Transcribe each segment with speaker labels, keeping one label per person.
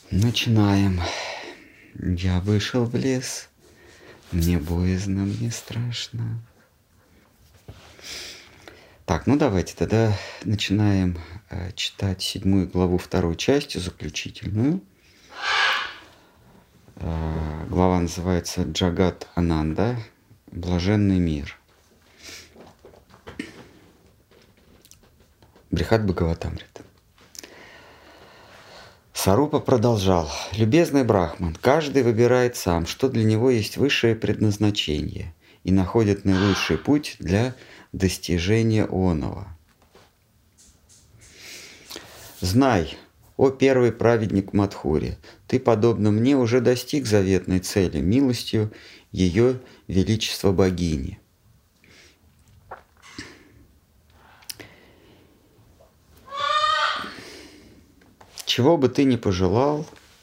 Speaker 1: Начинаем. Я вышел в лес, мне боязно, мне страшно. Так, ну давайте тогда начинаем читать 7 главу, 2 часть, заключительную. Глава называется Джагат Ананда, Блаженный мир. Брихат Бхагаватамрита. Сарупа продолжал. «Любезный Брахман, каждый выбирает сам, что для него есть высшее предназначение, и находит наилучший путь для достижения оного. Знай, о первый праведник Мадхури, ты, подобно мне, уже достиг заветной цели милостью ее величества богини. Чего бы ты ни пожелал,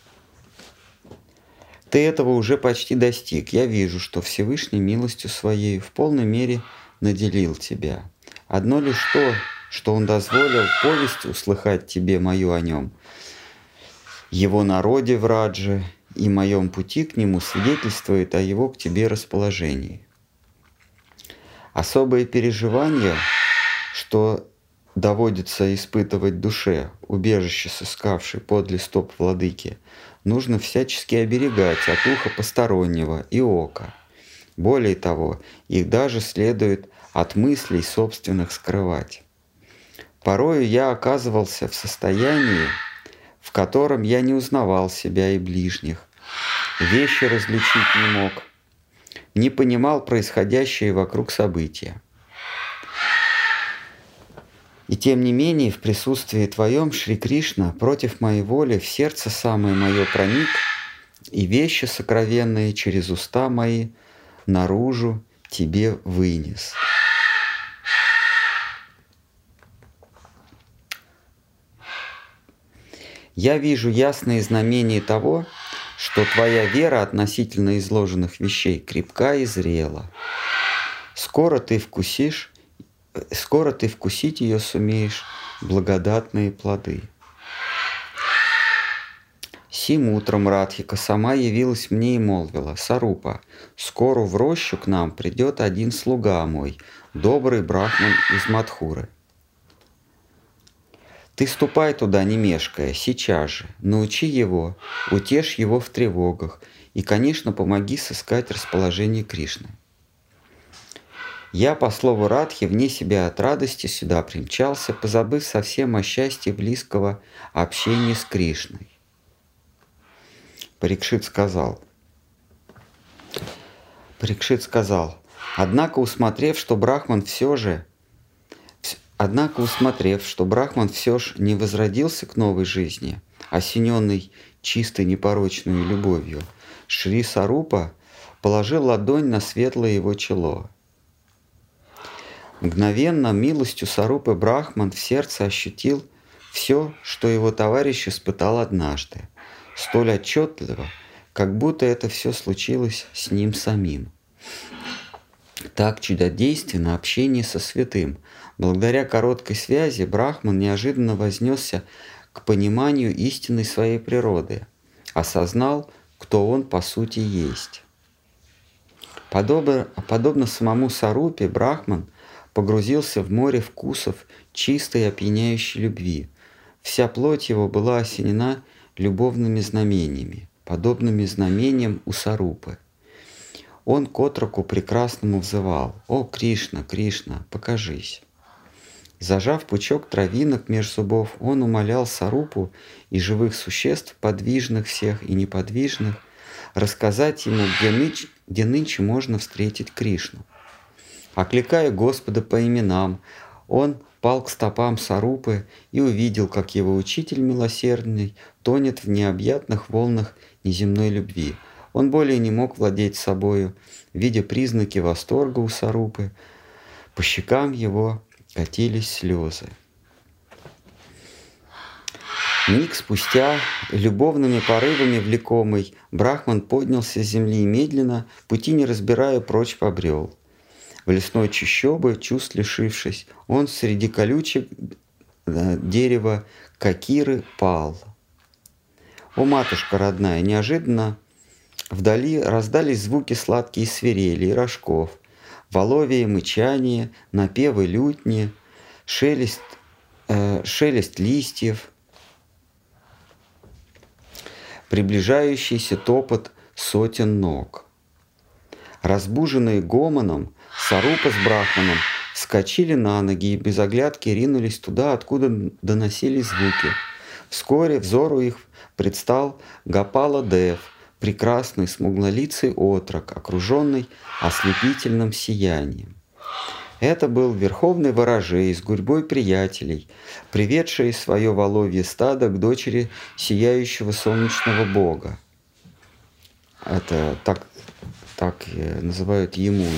Speaker 1: ты этого уже почти достиг. Я вижу, что Всевышний милостью Своей в полной мере наделил тебя. Одно лишь то, что Он дозволил повесть услыхать тебе мою о Нем, Его народе в Радже и моем пути к Нему свидетельствует о Его к тебе расположении. Особое переживание, что доводится испытывать душе, убежище сыскавшей подле стоп владыки, нужно всячески оберегать от уха постороннего и ока. Более того, их даже следует от мыслей собственных скрывать. Порою я оказывался в состоянии, в котором я не узнавал себя и ближних, вещи различить не мог, не понимал происходящие вокруг события. И тем не менее, в присутствии Твоем, Шри Кришна, против моей воли в сердце самое мое проник, и вещи сокровенные через уста мои наружу Тебе вынес. Я вижу ясные знамения того, что Твоя вера относительно изложенных вещей крепка и зрела. Скоро ты вкусить ее сумеешь благодатные плоды. Сим утром Радхика сама явилась мне и молвила: «Сарупа, скоро в рощу к нам придет один слуга мой, добрый брахман из Мадхуры. Ты ступай туда, не мешкая, сейчас же, научи его, утешь его в тревогах и, конечно, помоги сыскать расположение Кришны». Я, по слову Радхи, вне себя от радости сюда примчался, позабыв совсем о счастье близкого общения с Кришной. Парикшит сказал, однако, усмотрев, что Брахман все же не возродился к новой жизни, осененный чистой непорочной любовью, Шри Сарупа положил ладонь на светлое его чело. Мгновенно милостью Сарупы Брахман в сердце ощутил все, что его товарищ испытал однажды, столь отчетливо, как будто это все случилось с ним самим. Так чудодейственно общение со святым. Благодаря короткой связи Брахман неожиданно вознесся к пониманию истинной своей природы, осознал, кто он по сути есть. Подобно самому Сарупе, Брахман погрузился в море вкусов чистой и опьяняющей любви. Вся плоть его была осенена любовными знамениями, подобными знамениям у Сарупы. Он к отроку прекрасному взывал: «О, Кришна, Кришна, покажись!» Зажав пучок травинок меж зубов, он умолял Сарупу и живых существ, подвижных всех и неподвижных, рассказать ему, где нынче можно встретить Кришну. Окликая Господа по именам, он пал к стопам Сарупы и увидел, как его учитель милосердный тонет в необъятных волнах неземной любви. Он более не мог владеть собою, видя признаки восторга у Сарупы. По щекам его катились слезы. Миг спустя, любовными порывами влекомый, Брахман поднялся с земли и медленно, пути не разбирая, прочь побрел. В лесной чащобе, чувств лишившись, он среди колючек дерева кокиры пал. О, матушка родная, неожиданно вдали раздались звуки сладкие свирели и рожков, воловье мычание, напевы лютни, шелест листьев, приближающийся топот сотен ног. Разбуженные гомоном, Сарупа с Брахманом вскочили на ноги и без оглядки ринулись туда, откуда доносились звуки. Вскоре взору их предстал Гопала Дев, прекрасный смуглолицый отрок, окруженный ослепительным сиянием. Это был верховный ворожей с гурьбой приятелей, приведший свое воловье стадо к дочери сияющего солнечного бога. Это так называют Емуну.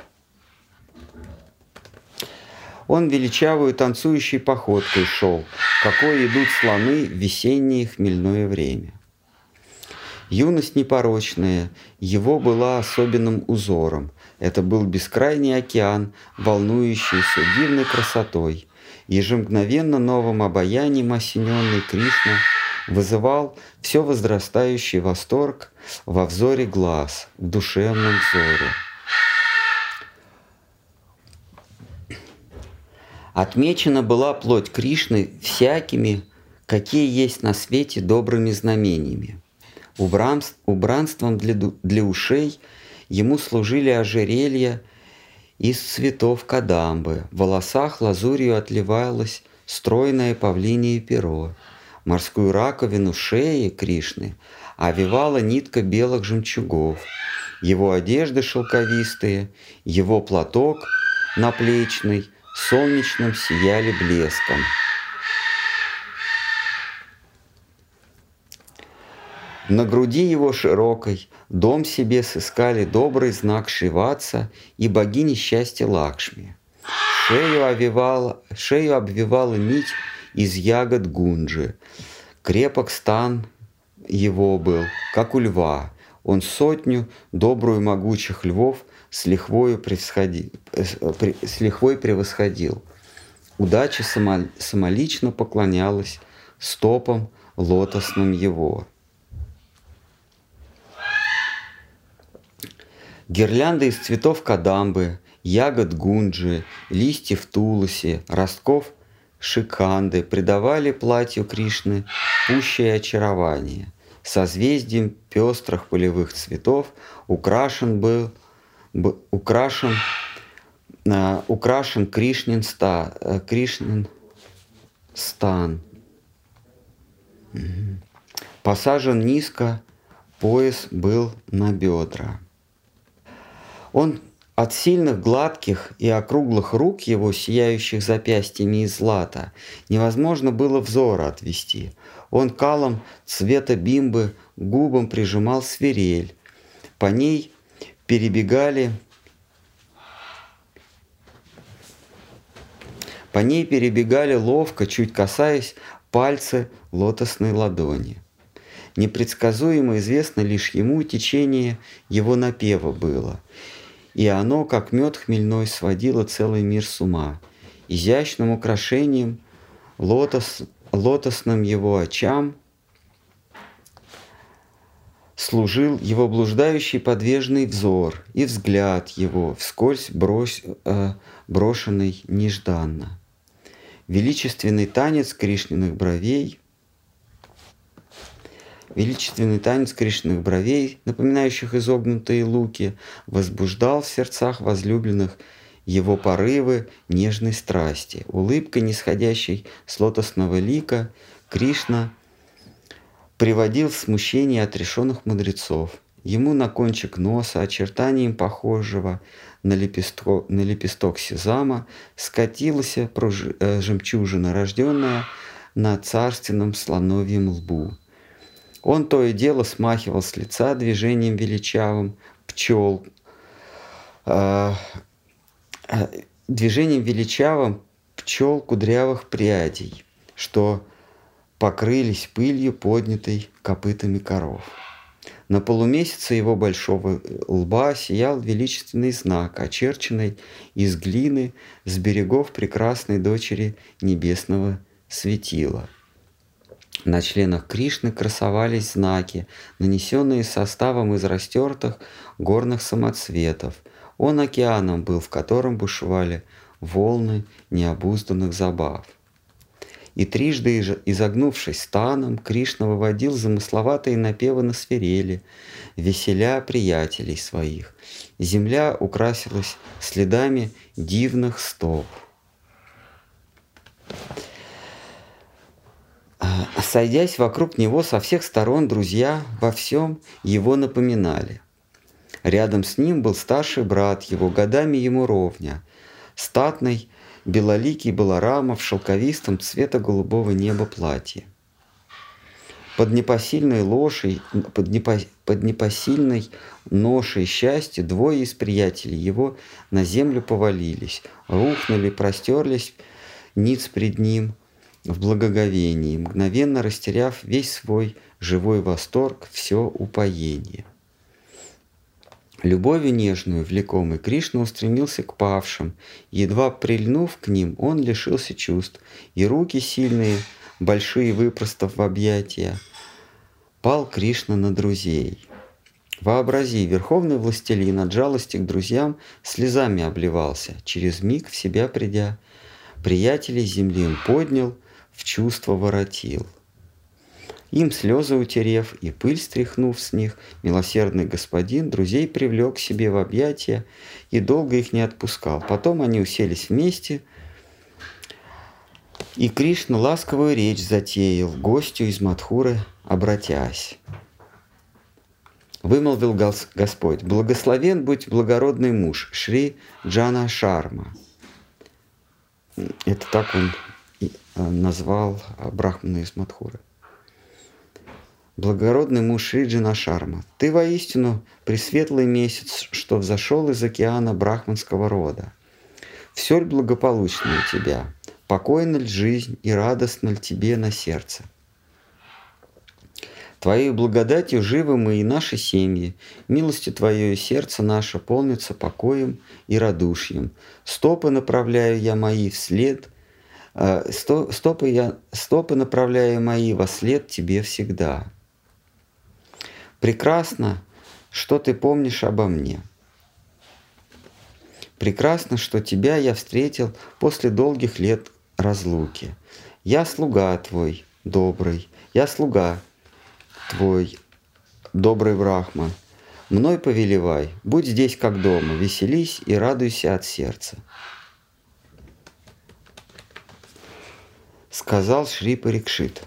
Speaker 1: Он величавую танцующей походкой шел, какой идут слоны в весеннее хмельное время. Юность непорочная его была особенным узором. Это был бескрайний океан, волнующийся дивной красотой. Ежемгновенно новым обаянием осененный Кришна вызывал все возрастающий восторг во взоре глаз, в душевном взоре. Отмечена была плоть Кришны всякими, какие есть на свете, добрыми знамениями. Убранством для ушей ему служили ожерелья из цветов кадамбы, в волосах лазурью отливалось стройное павлинье перо, морскую раковину шеи Кришны овивала нитка белых жемчугов, его одежды шелковистые, его платок наплечный солнечным сияли блеском. На груди его широкой дом себе сыскали добрый знак Шриватса и богини счастья Лакшми. Шею обвивала нить из ягод гунджи. Крепок стан его был, как у льва. Он сотню добрую могучих львов с лихвой превосходил. Удача самолично поклонялась стопам лотосным его. Гирлянды из цветов кадамбы, ягод гунджи, листьев туласи, ростков шиканды придавали платью Кришны пущее очарование. Созвездием пестрых полевых цветов украшен Кришнин стан. Посажен низко, пояс был на бедра. Он от сильных, гладких и округлых рук его, сияющих запястьями из злата, невозможно было взора отвести. Он калом цвета бимбы к губам прижимал свирель. По ней перебегали ловко, чуть касаясь пальцы лотосной ладони. Непредсказуемо известно лишь ему течение его напева было, и оно, как мед хмельной, сводило целый мир с ума. Изящным украшением лотосным его очам служил его блуждающий подвижный взор и взгляд его, вскользь брошенный нежданно. Величественный танец Кришниных бровей, напоминающих изогнутые луки, возбуждал в сердцах возлюбленных его порывы нежной страсти. Улыбкой, нисходящей с лотосного лика, Кришна приводил в смущение отрешенных мудрецов. Ему на кончик носа, очертанием похожего на лепесток сезама, скатилась жемчужина, рожденная на царственном слоновьем лбу. Он то и дело смахивал с лица движением величавым пчел кудрявых прядей, что покрылись пылью, поднятой копытами коров. На полумесяце его большого лба сиял величественный знак, очерченный из глины с берегов прекрасной дочери небесного светила. На членах Кришны красовались знаки, нанесенные составом из растертых горных самоцветов. Он океаном был, в котором бушевали волны необузданных забав. И трижды изогнувшись станом, Кришна выводил замысловатые напевы на свирели, веселя приятелей своих. Земля украсилась следами дивных стоп. Сойдясь вокруг него со всех сторон, друзья во всем его напоминали. Рядом с ним был старший брат его, годами ему ровня, статный, белоликий Баларама в шелковистом цвета голубого неба платье. Под непосильной ношей счастья двое из приятелей его на землю повалились, рухнули, простерлись ниц пред ним в благоговении, мгновенно растеряв весь свой живой восторг, все упоение. Любовью нежную, влекомый, Кришна устремился к павшим. Едва прильнув к ним, он лишился чувств, и руки сильные, большие выпростав в объятия, пал Кришна на друзей. Вообрази, верховный властелин от жалости к друзьям слезами обливался, через миг в себя придя, приятелей земли он поднял, в чувство воротил. Им слезы утерев и пыль стряхнув с них, милосердный господин друзей привлек к себе в объятия и долго их не отпускал. Потом они уселись вместе, и Кришна ласковую речь затеял, гостю из Мадхуры обратясь. Вымолвил Господь: «Благословен будь благородный муж, Шри Джана Шарма». Это так он назвал Брахмана из Мадхуры. Благородный муж Шри Джана Шарма, ты воистину пресветлый месяц, что взошел из океана брахманского рода. Все ли благополучно у тебя? Покойна ли жизнь и радостно ли тебе на сердце? Твоей благодатью живы мы и наши семьи. Милостью Твоей сердце наше полнится покоем и радушием. Стопы направляю я мои вслед, стопы направляю мои во след Тебе всегда. Прекрасно, что Ты помнишь обо мне. Прекрасно, что Тебя я встретил после долгих лет разлуки. Я слуга Твой, добрый, я слуга Твой, добрый Брахма. Мной повелевай, будь здесь как дома, веселись и радуйся от сердца. Сказал Шри Парикшит.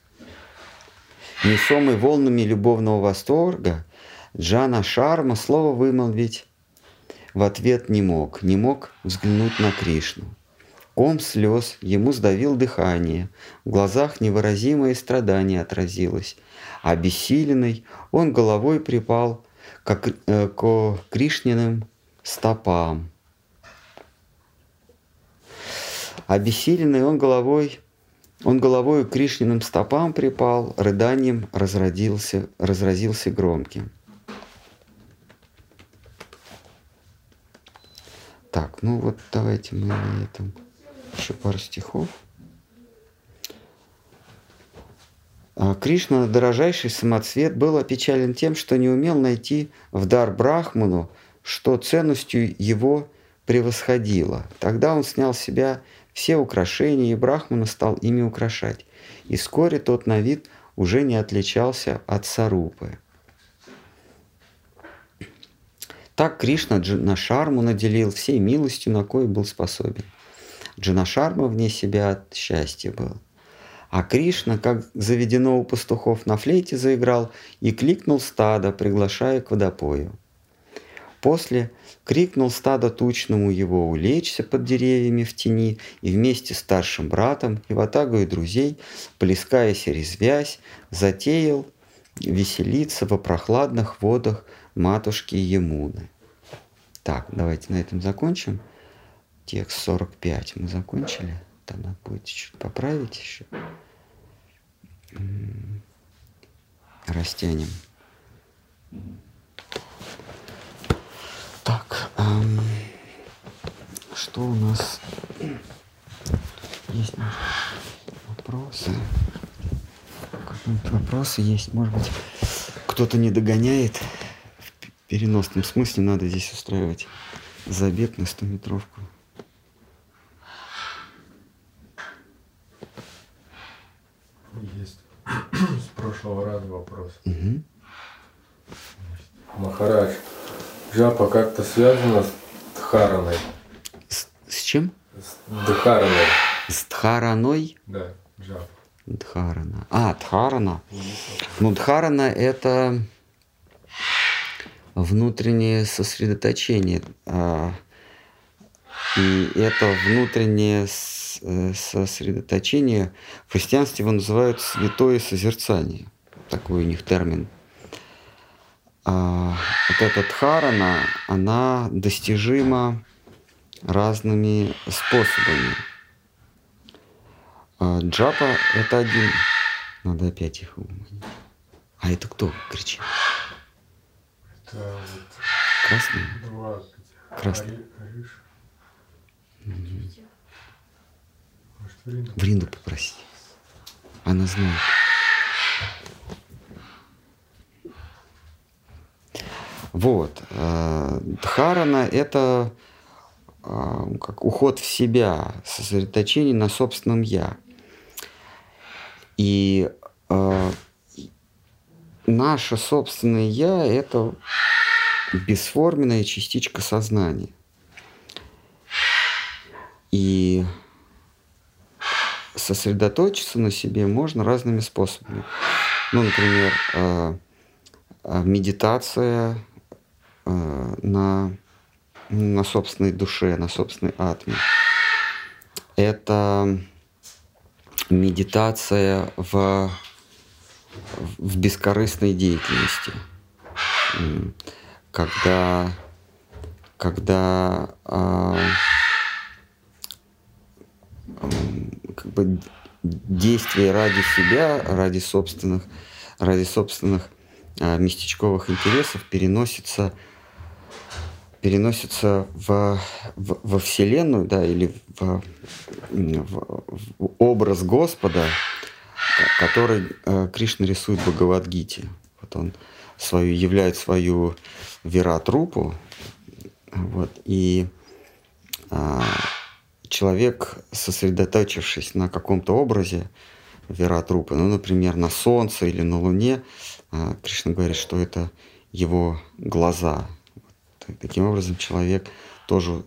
Speaker 1: Несомый волнами любовного восторга, Джана Шарма слово вымолвить в ответ не мог взглянуть на Кришну. Ком слез ему сдавил дыхание, в глазах невыразимое страдание отразилось. Обессиленный он головой припал к Кришниным стопам. Обессиленный он головой к Кришниным стопам припал, рыданием разразился громким. Так, ну вот давайте мы на этом еще пару стихов. Кришна, дорожайший самоцвет, был опечален тем, что не умел найти в дар Брахману, что ценностью его превосходило. Тогда он снял с себя все украшения, и Брахмана стал ими украшать. И вскоре тот на вид уже не отличался от Сарупы. Так Кришна Джанашарму наделил всей милостью, на кой был способен. Джанашарма вне себя от счастья был. А Кришна, как заведено у пастухов, на флейте заиграл и кликнул стадо, приглашая к водопою. После крикнул стадо тучному его улечься под деревьями в тени, и вместе с старшим братом и ватагой друзей, плескаясь и резвясь, затеял веселиться во прохладных водах матушки Ямуны. Так, давайте на этом закончим. Текст 45 мы закончили. Там надо будет чуть поправить еще. Растянем. Так, что у нас есть вопросы? Вот вопросы есть. Может быть, кто-то не догоняет. В переносном смысле надо здесь устраивать забег на 100-метровку.
Speaker 2: Есть с прошлого раза вопрос. Угу. Махарадж, джапа как-то связана с дхараной?
Speaker 1: С чем?
Speaker 2: С дхараной.
Speaker 1: С дхараной?
Speaker 2: Да, джапа.
Speaker 1: Дхарана. Дхарана. Ну, дхарана – это внутреннее сосредоточение. И это внутреннее сосредоточение в христианстве его называют святое созерцание. Такой у них термин. Вот эта дхарана, она достижима разными способами. Джапа – это один. Надо опять их уманить. А это кто кричит?
Speaker 2: Это вот
Speaker 1: красный?
Speaker 2: Два.
Speaker 1: Красный.
Speaker 2: Может,
Speaker 1: Вринду попроси. Она знает. Вот. Дхарана – это как уход в себя, сосредоточение на собственном «я». И наше собственное «я» – это бесформенная частичка сознания. И сосредоточиться на себе можно разными способами. Ну, например, медитация на собственной душе, на собственной атме. Это медитация в бескорыстной деятельности, когда как бы действие ради себя, ради собственных местечковых интересов переносится во Вселенную, да, или в образ Господа, который Кришна рисует в Бхагавад-гите. Вот он являет свою вират-рупу, вот, и человек, сосредоточившись на каком-то образе вират-рупы, ну, например, на Солнце или на Луне, Кришна говорит, что это его глаза. Таким образом, человек тоже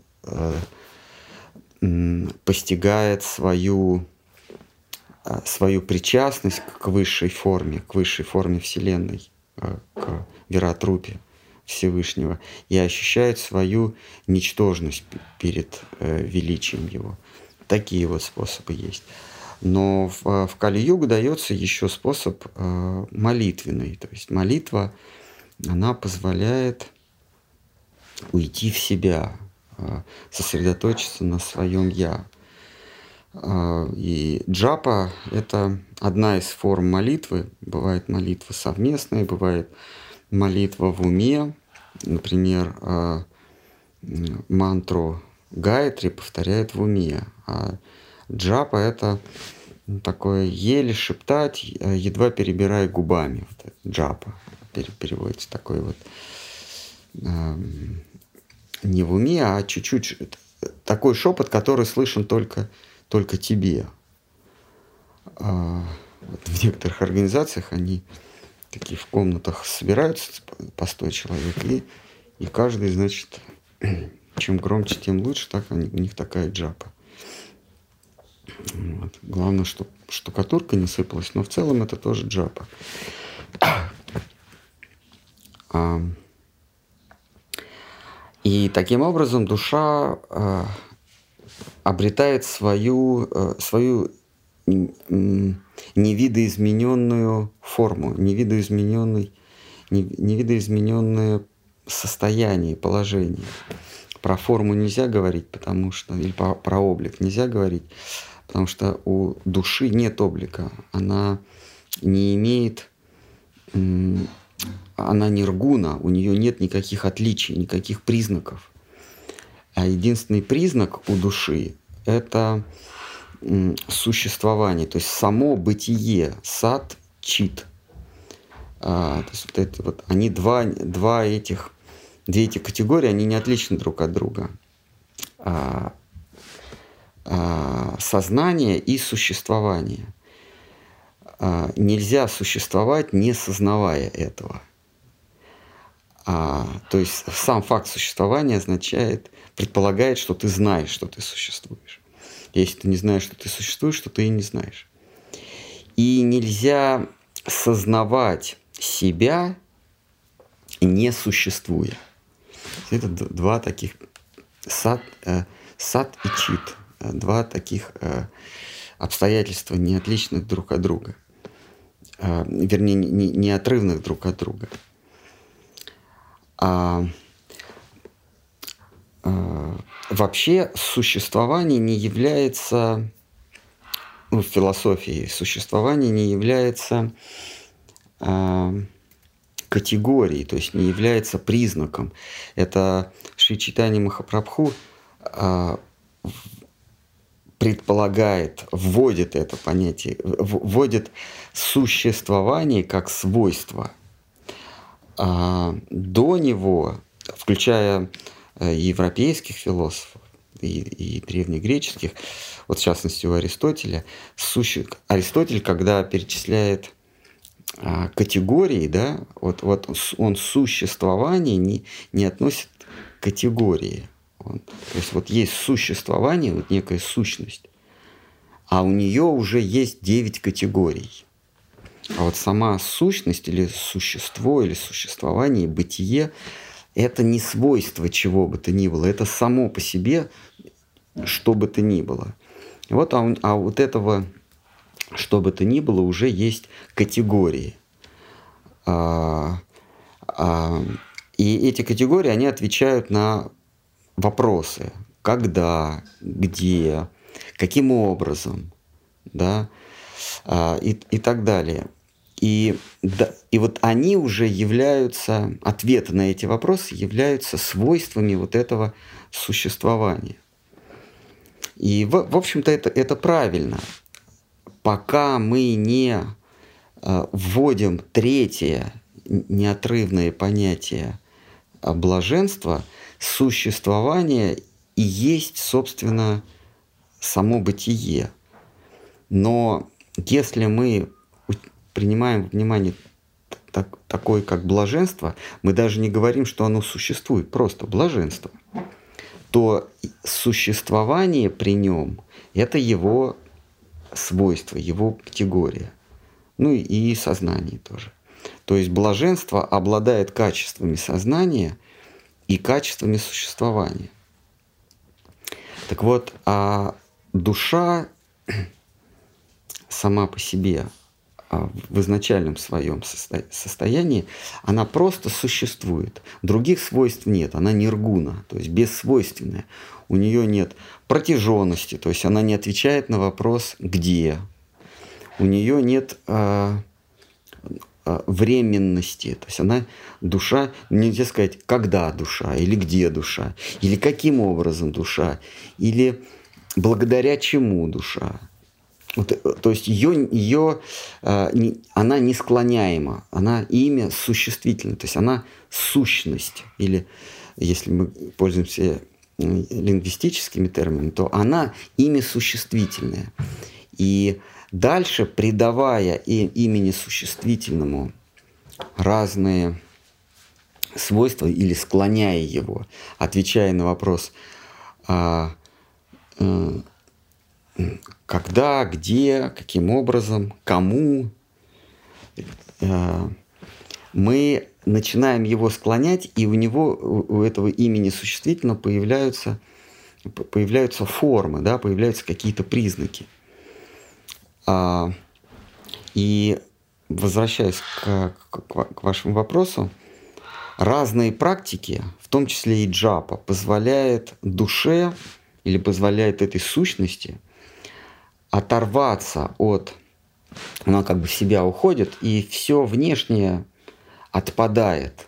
Speaker 1: постигает свою причастность к высшей форме Вселенной, к вират-рупе Всевышнего, и ощущает свою ничтожность перед величием его. Такие вот способы есть. Но в Кали-югу дается еще способ молитвенный. То есть молитва, она позволяет уйти в себя, сосредоточиться на своем «я». И джапа – это одна из форм молитвы. Бывает молитва совместная, бывает молитва в уме. Например, мантру Гайатри повторяет в уме. А джапа – это такое еле шептать, едва перебирая губами. Вот джапа переводится такой вот не в уме, а чуть-чуть такой шепот, который слышен только тебе. Вот в некоторых организациях они такие в комнатах собираются по 100 человек, и каждый, значит, чем громче, тем лучше, так у них такая джапа. Вот. Главное, чтобы штукатурка не сыпалась, но в целом это тоже джапа. И таким образом душа обретает свою невидоизмененную форму, невидоизмененное состояние, положение. Про форму нельзя говорить, или про облик нельзя говорить, потому что у души нет облика, она не имеет, она ниргуна, у нее нет никаких отличий, никаких признаков. А единственный признак у души – это существование, то есть само бытие, сат чит. То есть вот это вот, они две эти категории, они не отличны друг от друга. Сознание и существование. Нельзя существовать, не сознавая этого. То есть сам факт существования предполагает, что ты знаешь, что ты существуешь. Если ты не знаешь, что ты существуешь, то ты и не знаешь. И нельзя сознавать себя, не существуя. Это два таких сад и чит. Два таких обстоятельства, не отличных друг от друга. Вернее, не отрывных друг от друга. Вообще существование не является, в философии существование не является категорией, то есть не является признаком. Это Шри Чайтанья Махапрабху предполагает, вводит это понятие, вводит существование как свойство. До него, включая европейских философов и древнегреческих, вот в частности у Аристотеля, Аристотель, когда перечисляет категории, да, вот он существование не относит к категории. То есть вот есть существование, вот некая сущность, а у нее уже есть 9 категорий. А вот сама сущность или существо, или существование, бытие – это не свойство чего бы то ни было, это само по себе что бы то ни было. Вот, а вот этого что бы то ни было уже есть категории. И эти категории, они отвечают на вопросы. Когда, где, каким образом, да, и так далее. И вот они уже являются, ответы на эти вопросы являются свойствами вот этого существования. И, в общем-то, это правильно. Пока мы не вводим третье неотрывное понятие блаженства, существование и есть, собственно, само бытие. Но если мы принимаем во внимание такое, как блаженство, мы даже не говорим, что оно существует, просто блаженство, то существование при нем – это его свойство, его категория. Ну и сознание тоже. То есть блаженство обладает качествами сознания и качествами существования. Так вот, а душа сама по себе в изначальном своем состоянии, она просто существует. Других свойств нет, она ниргуна, то есть бессвойственная. У нее нет протяженности, то есть она не отвечает на вопрос «где?». У нее нет временности, то есть душа, нельзя сказать, когда душа, или где душа, или каким образом душа, или благодаря чему душа. То есть она не склоняема, она имя существительное, то есть она сущность, или если мы пользуемся лингвистическими терминами, то она имя существительное. И дальше, придавая имени существительному разные свойства или склоняя его, отвечая на вопрос когда, где, каким образом, кому, мы начинаем его склонять, и у этого имени существительного появляются формы, да, появляются какие-то признаки. И возвращаясь к вашему вопросу, разные практики, в том числе и джапа, позволяют душе или позволяет этой сущности оторваться она как бы в себя уходит, и все внешнее отпадает.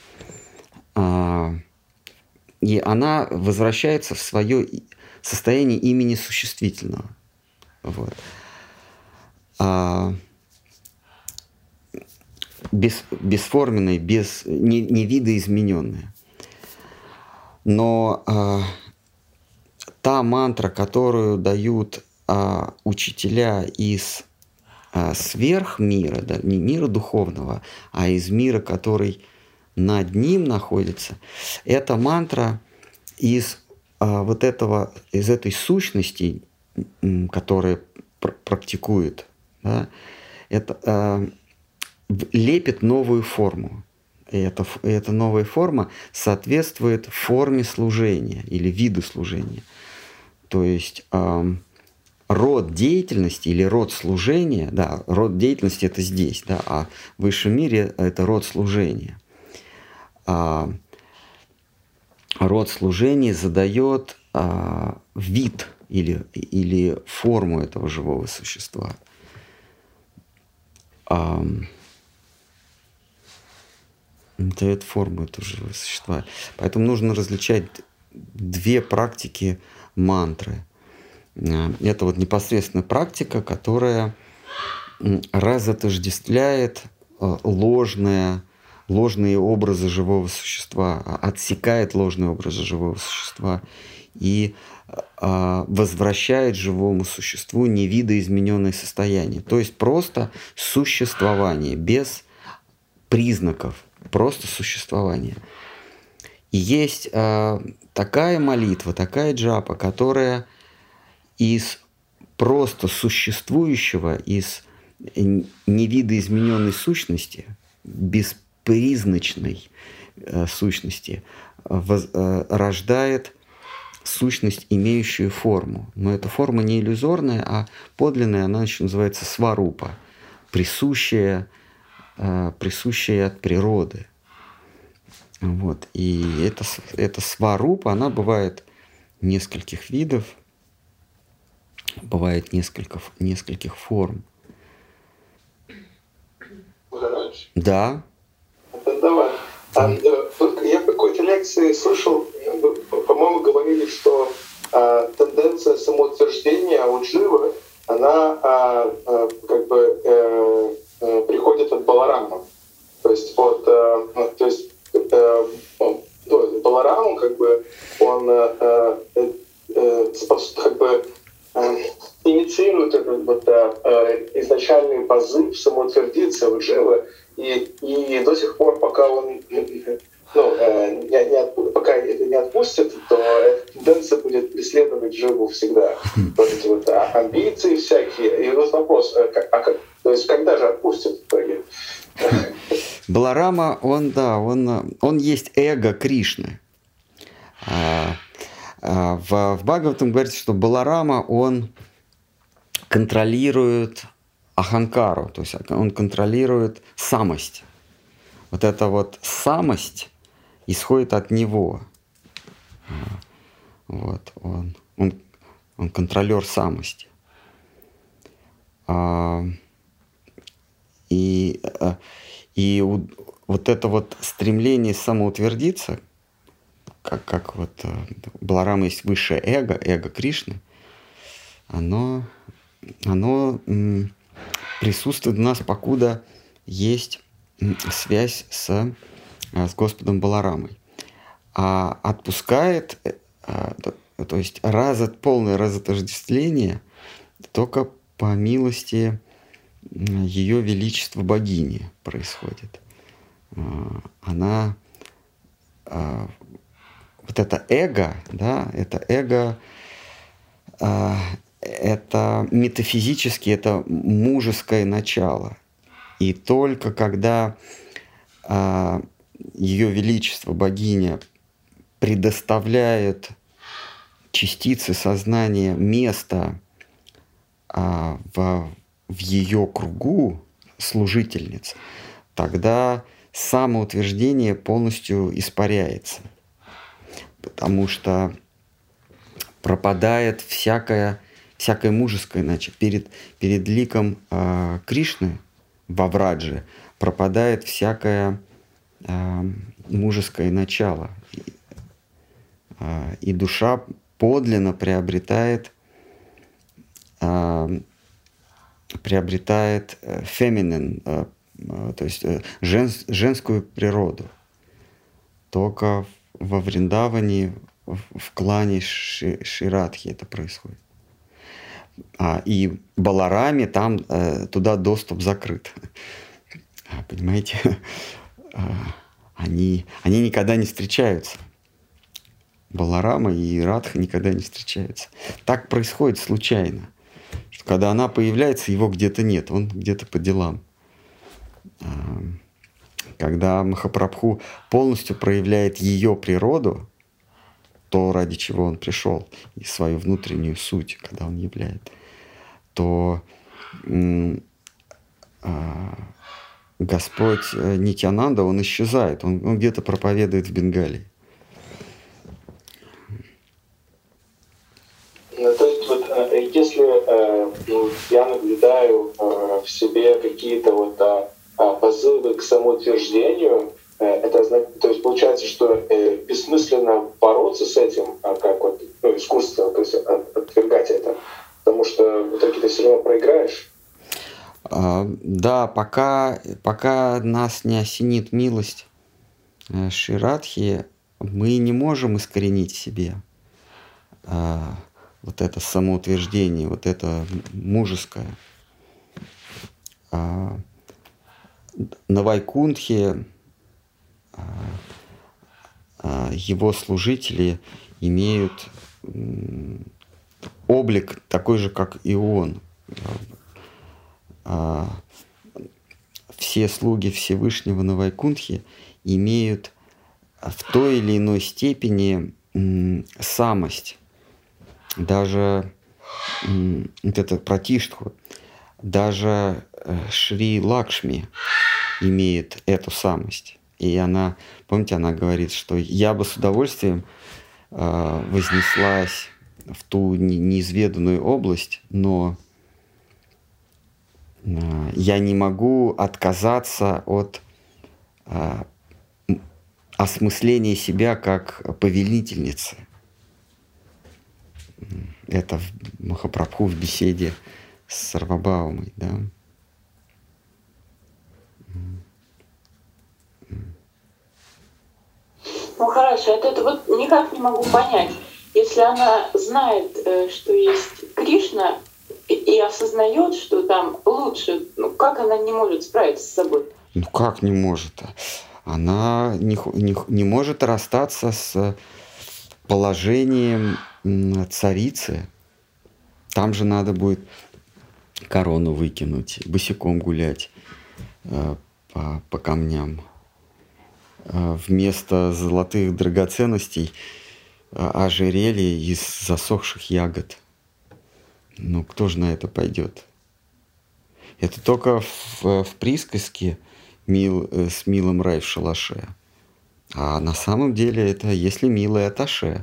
Speaker 1: И она возвращается в свое состояние имени существительного. Вот. бесформенное, не видоизмененное. Но та мантра, которую дают учителя из сверхмира, да, не мира духовного, а из мира, который над ним находится, это мантра из этой сущности, которая практикует, да, это лепит новую форму. И эта новая форма соответствует форме служения или виду служения. То есть род деятельности или род служения, да, род деятельности это здесь, да, а в высшем мире это род служения. Род служения задает вид или форму этого живого существа. Дает форму этого живого существа. Поэтому нужно различать две практики мантры. Это вот непосредственно практика, которая разотождествляет ложные образы живого существа, отсекает ложные образы живого существа и возвращает живому существу невидоизмененное состояние. То есть просто существование, без признаков, просто существование. И есть такая молитва, такая джапа, которая из просто существующего, из невидоизмененной сущности, беспризначной сущности, рождает сущность, имеющую форму. Но эта форма не иллюзорная, а подлинная, она еще называется сварупа, присущая от природы. Вот. И эта сварупа, она бывает нескольких видов, бывает нескольких форм. Да.
Speaker 3: Давай. Я в какой-то лекции слышал, по-моему, говорили, что тенденция самоутверждения у дживы, она приходит от Баларама. То есть Баларам, он инициирует этот изначальный позыв самоутвердиться у дживы, и до сих пор, пока он пока это не отпустит, то эта тенденция будет преследовать дживу всегда. Вот эти вот амбиции всякие. И вот вопрос, то есть когда же отпустит в итоге?
Speaker 1: Баларама, он есть эго Кришны. В Бхагаватам говорится, что Баларама, он контролирует аханкару, то есть он контролирует самость. Вот эта вот самость исходит от него. Вот, он контролер самости. И вот это вот стремление самоутвердиться, как вот у Баларама есть высшее эго Кришны, оно присутствует у нас, покуда есть связь с Господом Баларамой. А отпускает, то есть полное разотождествление только по милости Ее Величества Богини происходит. Она, вот это эго, да, это метафизически, это мужеское начало. И только когда Ее Величество Богиня предоставляет частицы сознания место в ее кругу служительниц, тогда самоутверждение полностью испаряется, потому что пропадает всякое мужеское начало. Перед ликом Кришны во Врадже пропадает всякое мужеское начало. И душа подлинно приобретает feminine, то есть женскую природу. Только во Вриндаване, в клане Ширадхи это происходит. И Балараме там туда доступ закрыт. Понимаете? Они никогда не встречаются. Баларама и Радха никогда не встречаются. Так происходит случайно. Что когда она появляется, его где-то нет, он где-то по делам. Когда Махапрабху полностью проявляет ее природу, то, ради чего он пришел, и свою внутреннюю суть, когда он являет, то Господь Нитьянанда, он исчезает, он где-то проповедует в Бенгалии.
Speaker 3: То есть вот если я наблюдаю в себе какие-то вот позывы к самоутверждению, это то есть получается, что бессмысленно бороться с этим, как вот искусство, то есть отвергать это, потому что в итоге ты все равно проиграешь.
Speaker 1: Да, пока нас не осенит милость Ширадхи, мы не можем искоренить в себе вот это самоутверждение, вот это мужеское. На Вайкунтхе его служители имеют облик такой же, как и он. Все слуги Всевышнего на Вайкунтхе имеют в той или иной степени самость. Даже вот это Пратиштху, даже Шри Лакшми имеет эту самость. И она, помните, она говорит, что я бы с удовольствием вознеслась в ту неизведанную область, но я не могу отказаться от осмысления себя как повелительницы. Это Махапрабху в беседе с Сарвабаумой, да.
Speaker 4: Ну хорошо, это вот никак не могу понять. Если она знает, что есть Кришна, и осознает, что там лучше, ну как она не может справиться с собой?
Speaker 1: Ну как не может? Она не может расстаться с положением царицы. Там же надо будет корону выкинуть, босиком гулять по камням. Вместо золотых драгоценностей ожерелье из засохших ягод. Ну, кто же на это пойдет? Это только в присказке с милым рай в шалаше. А на самом деле это если милое аташе.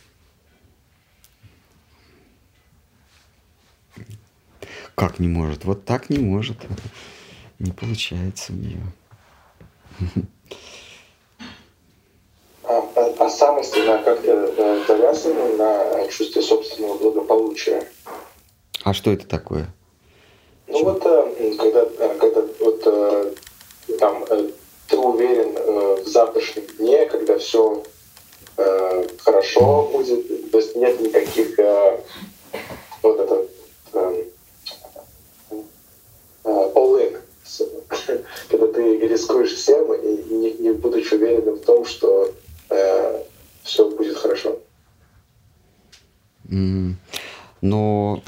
Speaker 1: Как не может? Вот так не может. Не получается у нее.
Speaker 3: А самость, она как-то завязана на чувстве собственного благополучия.
Speaker 1: А что это такое?
Speaker 3: Ну вот, когда вот там ты уверен в завтрашнем дне, когда все хорошо будет, то есть нет никаких вот это all-in, когда ты рискуешь всем и не будучи уверенным в том, что все будет хорошо.
Speaker 1: Но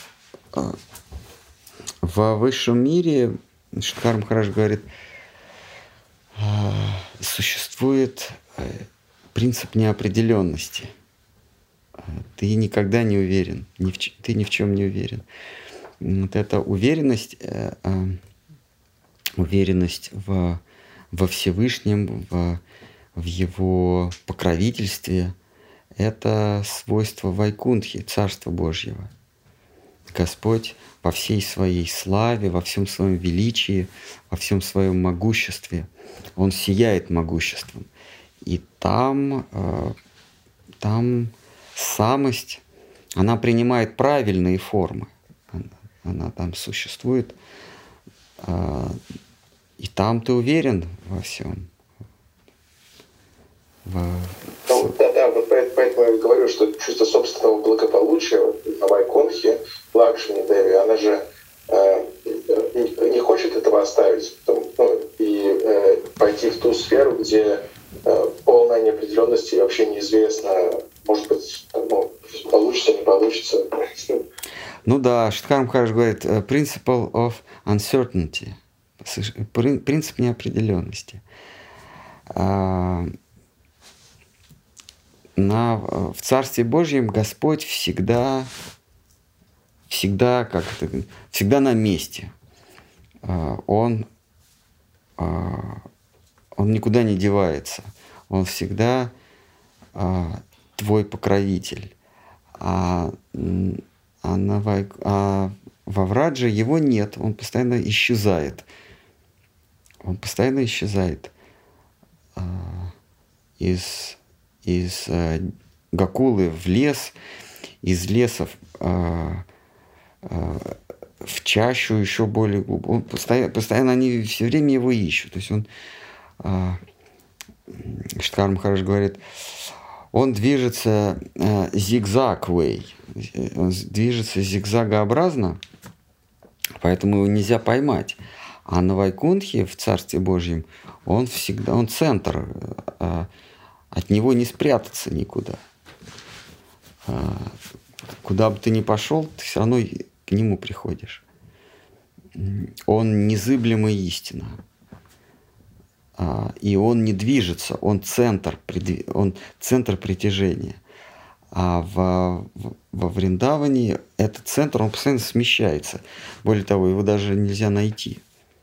Speaker 1: в высшем мире, Шридхар Махарадж говорит, существует принцип неопределенности. Ты никогда не уверен, ты ни в чем не уверен. Вот эта уверенность во Всевышнем, в Его покровительстве, это свойство Вайкунтхи, Царства Божьего. Господь во всей своей славе, во всем своем величии, во всем своем могуществе, Он сияет могуществом. И там самость, она принимает правильные формы. Она там существует И там ты уверен во всем.
Speaker 3: Ну, да, вот поэтому я говорю, что чувство собственного благополучия на Вайкунтхе, Лакшми Деви, она же не хочет этого оставить, и пойти в ту сферу, где полная неопределенность и вообще неизвестно, может быть, получится, не получится.
Speaker 1: Ну да, Штхар Махарадж говорит principle of uncertainty, принцип неопределенности. В Царстве Божьем Господь всегда на месте. Он никуда не девается. Он всегда твой покровитель. А во Врадже его нет. Он постоянно исчезает. Из Гокулы в лес, из лесов в чащу еще более глубоко. Постоянно они все время его ищут. То есть он, Штхар Махарадж говорит, он движется зигзаг-way, он движется зигзагообразно, поэтому его нельзя поймать. А на Вайкунтхе, в Царстве Божьем, он центр, от него не спрятаться никуда. Куда бы ты ни пошел, ты все равно к нему приходишь. Он незыблемая истина. И он не движется, он центр притяжения. А во Вриндаване этот центр, он постоянно смещается. Более того, его даже нельзя найти.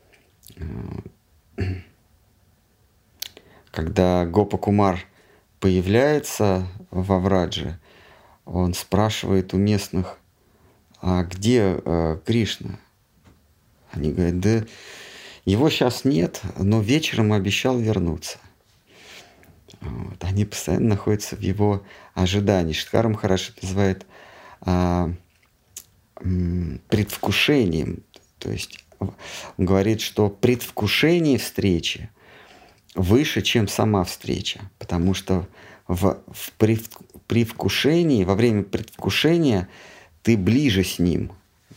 Speaker 1: Когда Гопа Кумар появляется во Врадже, он спрашивает у местных, а где Кришна? Они говорят, да его сейчас нет, но вечером обещал вернуться. Вот. Они постоянно находятся в его ожидании. Штхар Махарадж называет предвкушением. То есть он говорит, что предвкушение встречи выше, чем сама встреча. Потому что в предвкушении, во время предвкушения ты ближе с ним.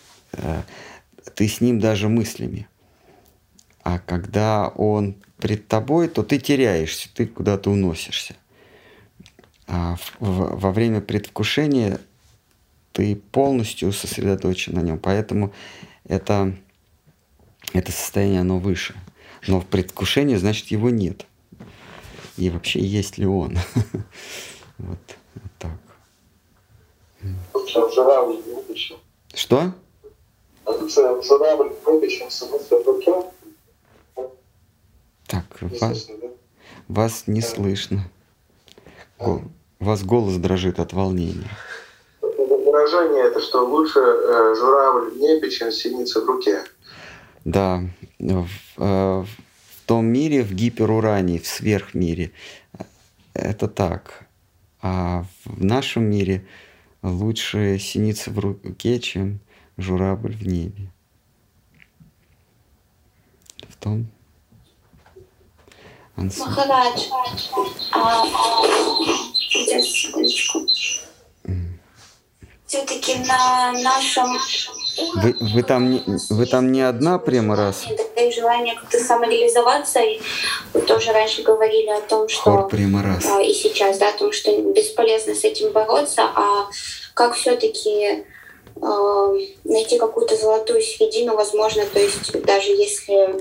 Speaker 1: Ты с ним даже мыслями. А когда он пред тобой, то ты теряешься, ты куда-то уносишься. А во время предвкушения ты полностью сосредоточен на нем. Поэтому это состояние, оно выше. Но в предвкушении, значит, его нет. И вообще, есть ли он? Вот так. Что? Так, вас не слышно. У вас голос дрожит от волнения.
Speaker 3: Выражение это, что лучше журавль в небе, чем синица в руке.
Speaker 1: Да, в том мире, в гиперурании, в сверхмире, это так. А в нашем мире лучше синица в руке, чем журавль в небе. В том...
Speaker 5: Махарадж, сейчас, секундочку. Все-таки на нашем...
Speaker 1: Вы там не одна прямо раз?
Speaker 5: И желание как-то самореализоваться. И вы тоже раньше говорили о том, что...
Speaker 1: Хор прямо раз.
Speaker 5: И сейчас, да, о том, что бесполезно с этим бороться. А как все-таки найти какую-то золотую середину, возможно, то есть даже если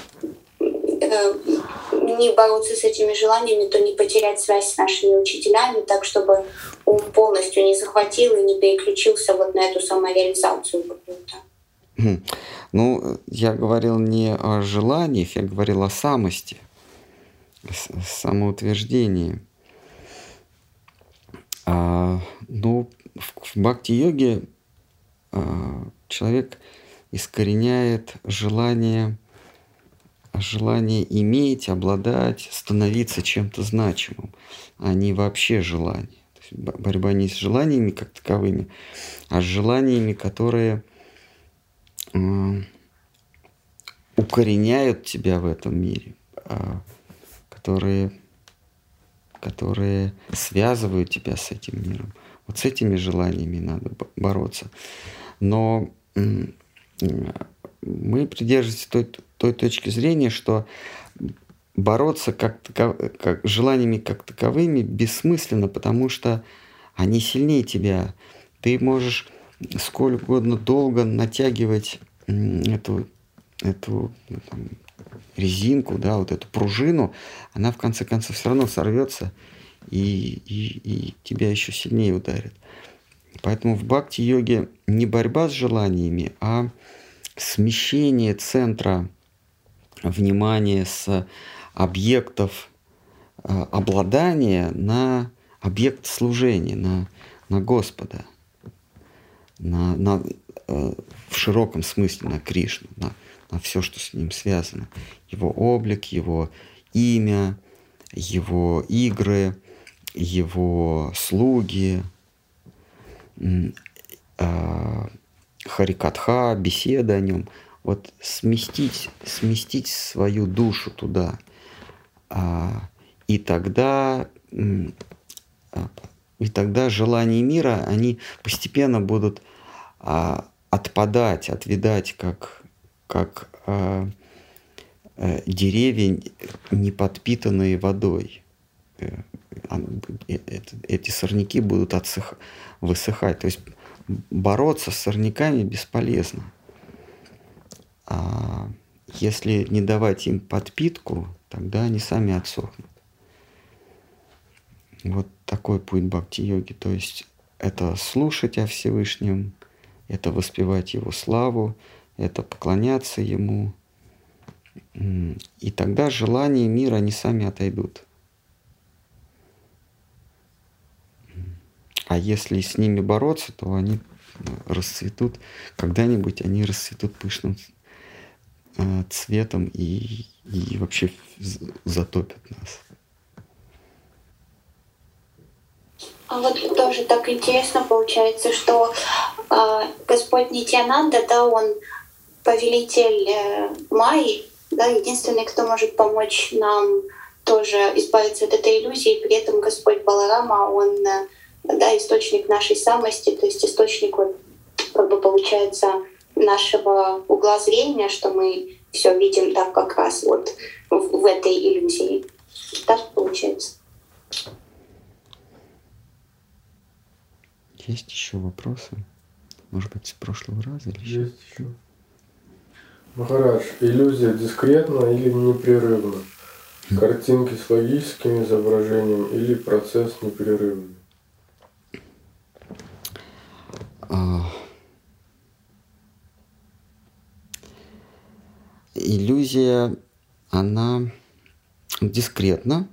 Speaker 5: не бороться с этими желаниями, то не потерять связь с нашими учителями, так чтобы ум полностью не захватил и не переключился вот на эту самореализацию какую-то.
Speaker 1: Ну, я говорил не о желаниях, я говорил о самости, самоутверждении. Ну, в бхакти-йоге человек искореняет желание иметь, обладать, становиться чем-то значимым, а не вообще желание. То есть борьба не с желаниями как таковыми, а с желаниями, которые укореняют тебя в этом мире, которые связывают тебя с этим миром. Вот с этими желаниями надо бороться. Но мы придерживаемся той точки зрения, что бороться желаниями как таковыми бессмысленно, потому что они сильнее тебя. Ты можешь сколь угодно долго натягивать эту резинку, да, вот эту пружину, она в конце концов все равно сорвется и тебя еще сильнее ударит. Поэтому в бхакти-йоге не борьба с желаниями, а смещение центра внимания с объектов обладания на объект служения, на Господа, в широком смысле на Кришну, на все, что с ним связано. Его облик, его имя, его игры, его слуги, харикатха, беседа о нем. Вот сместить свою душу туда. И тогда желания мира, они постепенно будут отпадать, отвядать, как деревья, не подпитанные водой. Эти сорняки будут высыхать. То есть бороться с сорняками бесполезно. А если не давать им подпитку, тогда они сами отсохнут. Вот такой путь бхакти-йоги. То есть это слушать о Всевышнем, это воспевать Его славу, это поклоняться Ему. И тогда желания мира, они сами отойдут. А если с ними бороться, то они расцветут, когда-нибудь они расцветут пышным цветом и вообще затопят нас.
Speaker 5: А вот тоже так интересно получается, что Господь Нитьянанда, да, Он повелитель Майи, да, единственный, кто может помочь нам тоже избавиться от этой иллюзии, при этом Господь Баларама, Он, да, источник нашей самости, то есть источник, вот, как бы получается, нашего угла зрения, что мы все видим так как раз вот в этой иллюзии. Так получается.
Speaker 1: Есть еще вопросы? Может быть, с прошлого раза или еще?
Speaker 2: Есть еще. Махарадж, иллюзия дискретна или непрерывна? Картинки с логическим изображением или процесс непрерывный?
Speaker 1: Иллюзия, она дискретна,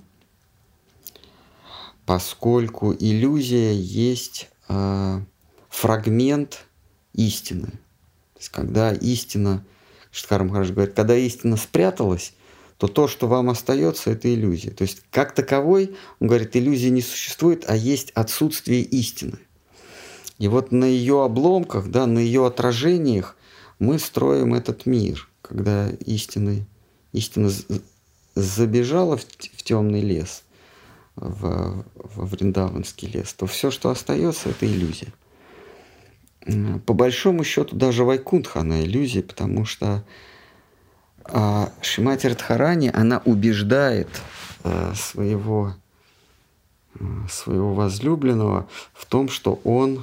Speaker 1: поскольку иллюзия есть фрагмент истины. То есть, когда истина, Штхар Махарадж говорит, когда истина спряталась, то, что вам остается, это иллюзия. То есть, как таковой, он говорит, иллюзии не существует, а есть отсутствие истины. И вот на ее обломках, да, на ее отражениях мы строим этот мир. Когда истина забежала в темный лес, во Вриндаванский лес, то все, что остается, это иллюзия. По большому счету, даже Вайкунтха, она иллюзия, потому что Шримати Радхарани, она убеждает своего возлюбленного в том, что он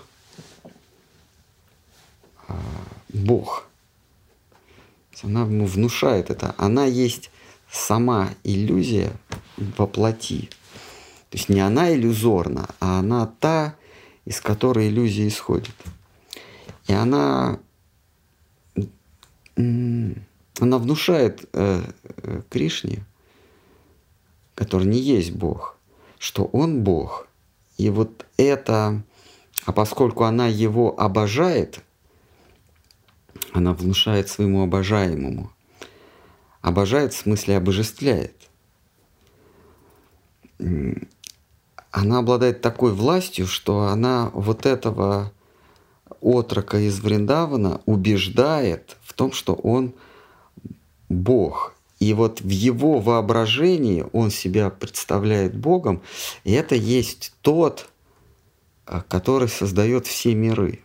Speaker 1: Бог. Она ему внушает это. Она есть сама иллюзия во плоти. То есть не она иллюзорна, а она та, из которой иллюзия исходит. И она внушает Кришне, который не есть Бог, что он Бог. И вот это, а поскольку она его обожает, она внушает своему обожаемому. Обожает в смысле обожествляет. Она обладает такой властью, что она вот этого отрока из Вриндавана убеждает в том, что он Бог. И вот в его воображении он себя представляет Богом, и это есть тот, который создает все миры.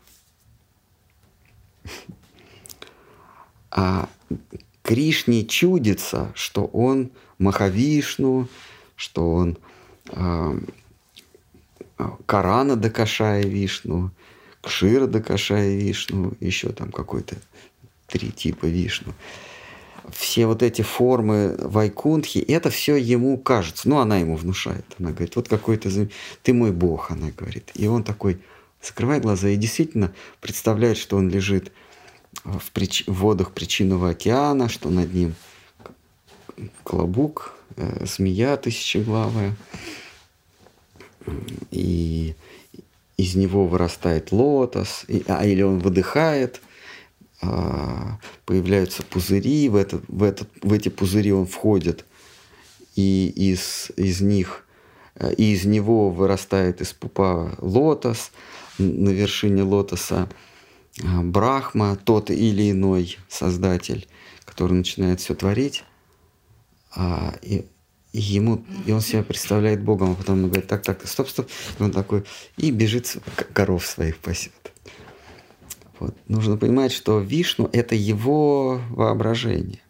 Speaker 1: А Кришне чудится, что он Махавишну, что он Карана Дакашая Вишну, Кшира Дакашая Вишну, еще там какой-то 3 типа Вишну. Все вот эти формы Вайкунтхи, это все ему кажется. Ну, она ему внушает. Она говорит, вот какой-то ты мой Бог, она говорит. И он такой закрывает глаза и действительно представляет, что он лежит в водах причинного океана, что над ним клобук, змея тысячеглавая. И из него вырастает лотос, или он выдыхает, появляются пузыри, в эти пузыри он входит, и из него вырастает из пупа лотос, на вершине лотоса Брахма, тот или иной создатель, который начинает все творить, и он себя представляет Богом, а потом он говорит, так, стоп, и он такой, и бежит, коров своих пасет. Вот. Нужно понимать, что Вишну — это его воображение.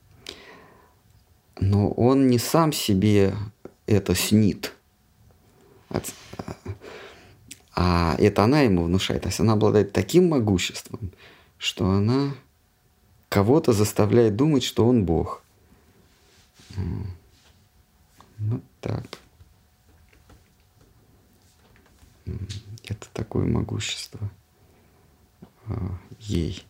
Speaker 1: Но он не сам себе это снит. А это она ему внушает. То есть она обладает таким могуществом, что она кого-то заставляет думать, что он Бог. Вот так. Это такое могущество ей.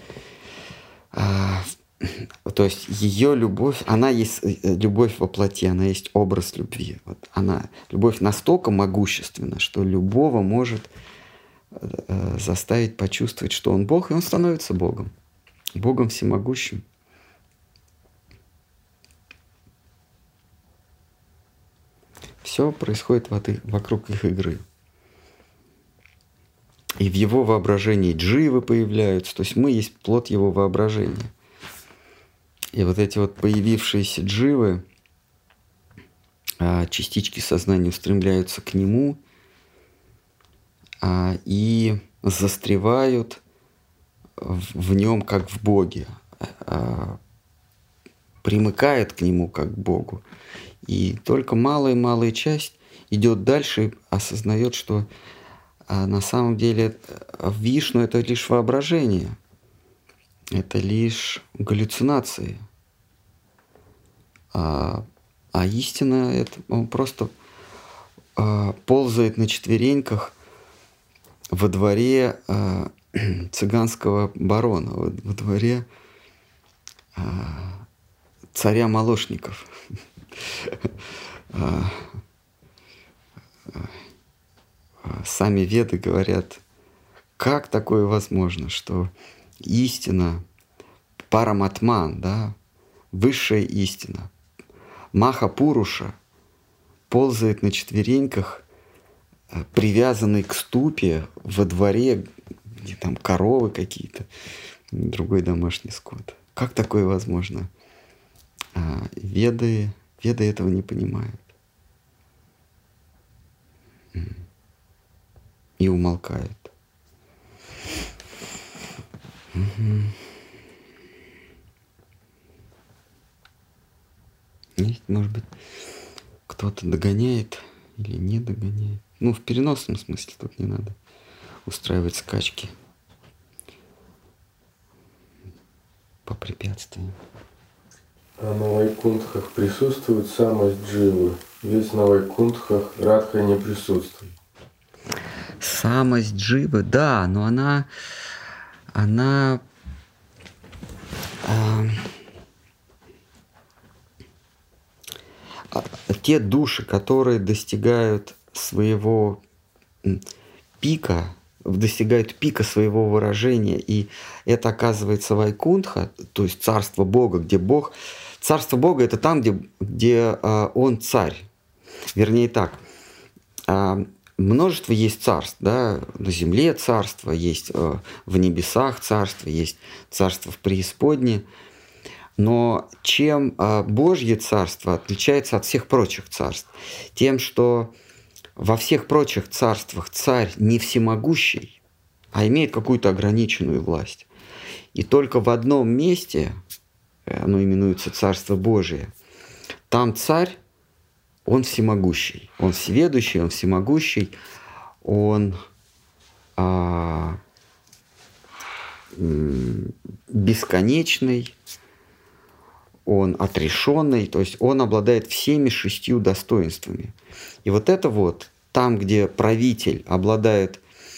Speaker 1: То есть ее любовь, она есть любовь во плоти, она есть образ любви. Вот любовь настолько могущественна, что любого может заставить почувствовать, что он Бог, и он становится Богом. Богом всемогущим. Все происходит вокруг их игры. И в его воображении дживы появляются. То есть мы есть плод его воображения. И вот эти вот появившиеся дживы, частички сознания устремляются к нему и застревают в нем, как в Боге. Примыкают к нему, как к Богу. И только малая часть идет дальше и осознает, что на самом деле Вишну — это лишь воображение, это лишь галлюцинации. А истина — это он просто ползает на четвереньках во дворе цыганского барона, во дворе царя молочников. Сами Веды говорят, как такое возможно, что истина, параматман, да, высшая истина, Маха-Пуруша ползает на четвереньках, привязанный к ступе во дворе, где там коровы какие-то, другой домашний скот. Как такое возможно? Веды этого не понимают. И умолкают. Есть, может быть, кто-то догоняет или не догоняет. Ну, в переносном смысле тут не надо устраивать скачки по препятствиям.
Speaker 2: А на Вайкунтхах присутствует самость дживы? Ведь на Вайкунтхах Радха не присутствует.
Speaker 1: Самость дживы, да, но она те души, которые достигают своего пика, достигают пика своего выражения, и это оказывается Вайкунтха, то есть царство Бога, где Бог... Царство Бога — это там, где Он царь. Вернее так, множество есть царств, да, на земле царство, есть в небесах царство, есть царство в преисподней. Но чем Божье царство отличается от всех прочих царств? Тем, что во всех прочих царствах царь не всемогущий, а имеет какую-то ограниченную власть. И только в одном месте, оно именуется Царство Божие, там царь, он всемогущий, он всеведущий, он всемогущий, он бесконечный, он отрешенный, то есть он обладает всеми 6 достоинствами. И вот это вот, там, где правитель обладает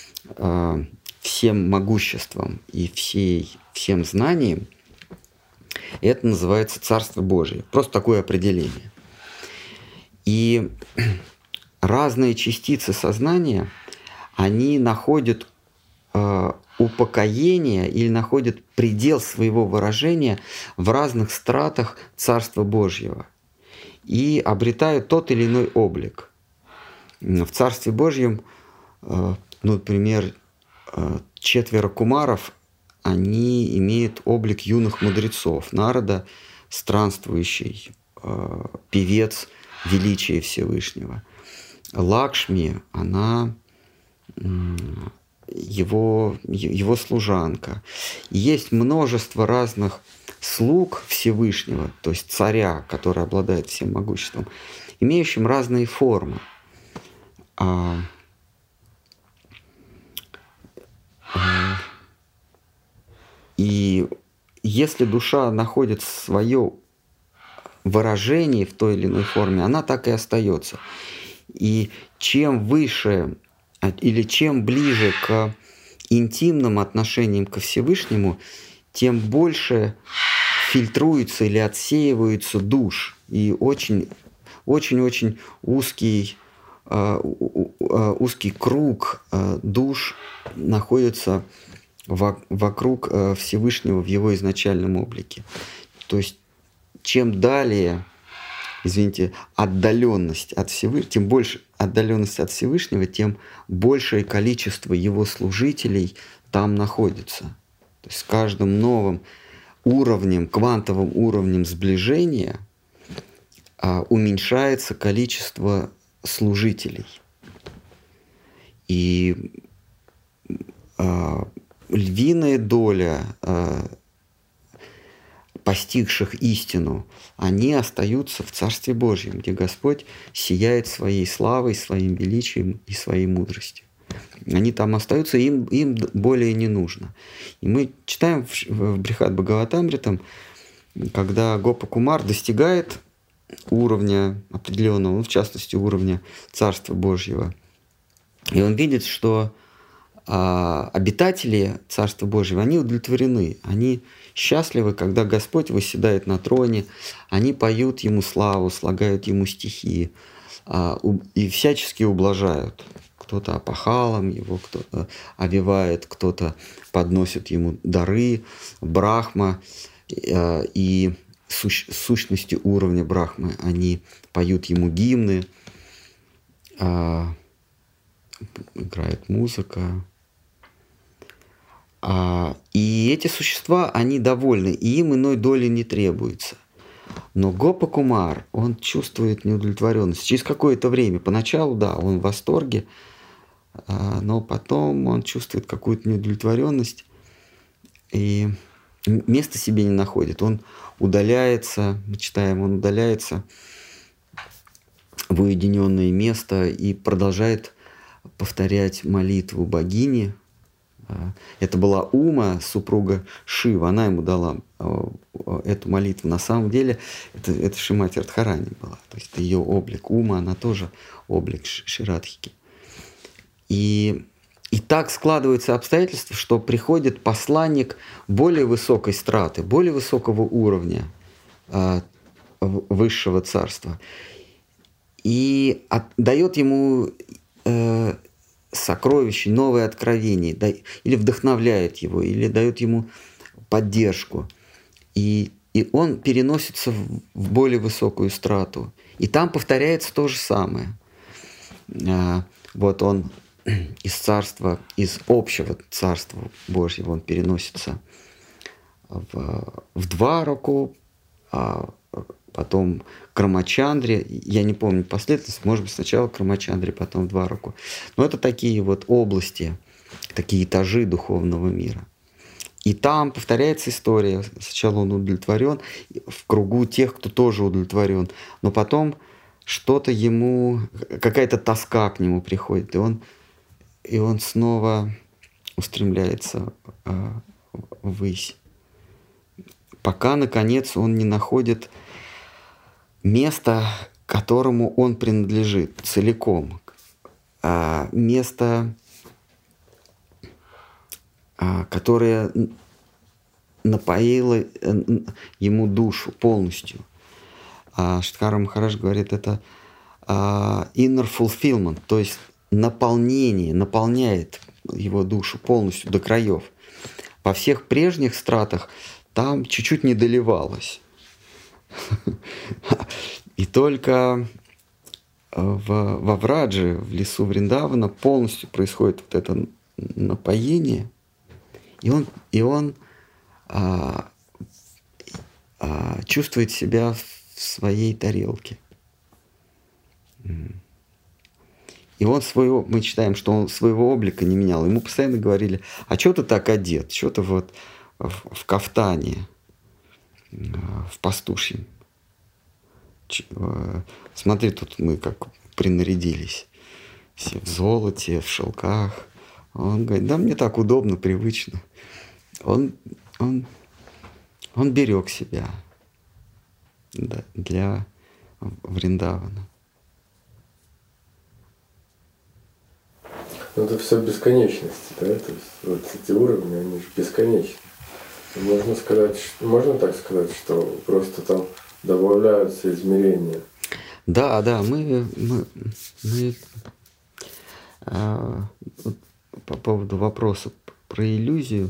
Speaker 1: всем могуществом и всем знанием, это называется Царство Божие. Просто такое определение. И разные частицы сознания, они находят упокоение или находят предел своего выражения в разных стратах Царства Божьего и обретают тот или иной облик. В Царстве Божьем, например, 4 кумаров, они имеют облик юных мудрецов. Нарада – странствующий певец величия Всевышнего. Лакшми – она его служанка. И есть множество разных слуг Всевышнего, то есть царя, который обладает всем могуществом, имеющим разные формы. И если душа находит свое выражение в той или иной форме, она так и остается. И чем выше или чем ближе к интимным отношениям ко Всевышнему, тем больше фильтруется или отсеивается душ. И очень-очень узкий круг душ находится вокруг Всевышнего в его изначальном облике. То есть чем далее, отдаленность от Всевышнего, тем больше отдаленность от Всевышнего, тем большее количество его служителей там находится. То есть с каждым новым уровнем, квантовым уровнем сближения уменьшается количество служителей. И львиная доля постигших истину, они остаются в Царстве Божьем, где Господь сияет своей славой, своим величием и своей мудростью. Они там остаются, им более не нужно. И мы читаем в Брихат Бхагаватамритам, когда Гопа Кумар достигает уровня определенного, в частности уровня Царства Божьего, и он видит, что обитатели Царства Божьего, они удовлетворены, они счастливы, когда Господь восседает на троне, они поют Ему славу, слагают Ему стихи и всячески ублажают. Кто-то опахалом его, кто-то овевает, кто-то подносит Ему дары, Брахма и сущности уровня Брахмы, они поют Ему гимны, играет музыка. И эти существа, они довольны, и им иной доли не требуется. Но Гопа Кумар, он чувствует неудовлетворенность. Через какое-то время, поначалу, да, он в восторге, но потом он чувствует какую-то неудовлетворенность и места себе не находит. Он удаляется, мы читаем, он удаляется в уединенное место и продолжает повторять молитву богини. Это была Ума, супруга Шивы, она ему дала эту молитву. На самом деле это Шримати Радхарани была, то есть это ее облик. Ума, она тоже облик Ширадхики. И так складываются обстоятельства, что приходит посланник более высокой страты, более высокого уровня высшего царства и дает ему сокровища, новые откровения, или вдохновляет его, или дает ему поддержку. И он переносится в более высокую страту. И там повторяется то же самое. Вот он из общего Царства Божьего он переносится в Двараку, потом Крамачандре, я не помню последовательность, может быть, сначала Крамачандре, потом Двараку. Но это такие вот области, такие этажи духовного мира. И там повторяется история. Сначала он удовлетворен в кругу тех, кто тоже удовлетворен, но потом что-то ему, какая-то тоска к нему приходит, и он снова устремляется ввысь. Пока, наконец, он не находит место, которому он принадлежит целиком. Место, которое напоило ему душу полностью. Штхара Махарадж говорит, это inner fulfillment, то есть наполнение, наполняет его душу полностью до краев. Во всех прежних стратах там чуть-чуть не доливалось. И только во Враджи, в лесу Вриндавана, полностью происходит вот это напоение, и он чувствует себя в своей тарелке. И он мы читаем, что он своего облика не менял. Ему постоянно говорили, а что ты так одет? Что ты вот в кафтане, в пастушьем? Смотри, тут мы как принарядились. Все в золоте, в шелках. Он говорит, да мне так удобно, привычно. Он берег себя для Вриндавана.
Speaker 2: Ну, это все бесконечности, да? То есть вот эти уровни, они же бесконечны. Можно так сказать, что просто там добавляются измерения.
Speaker 1: Да, мы по поводу вопроса про иллюзию.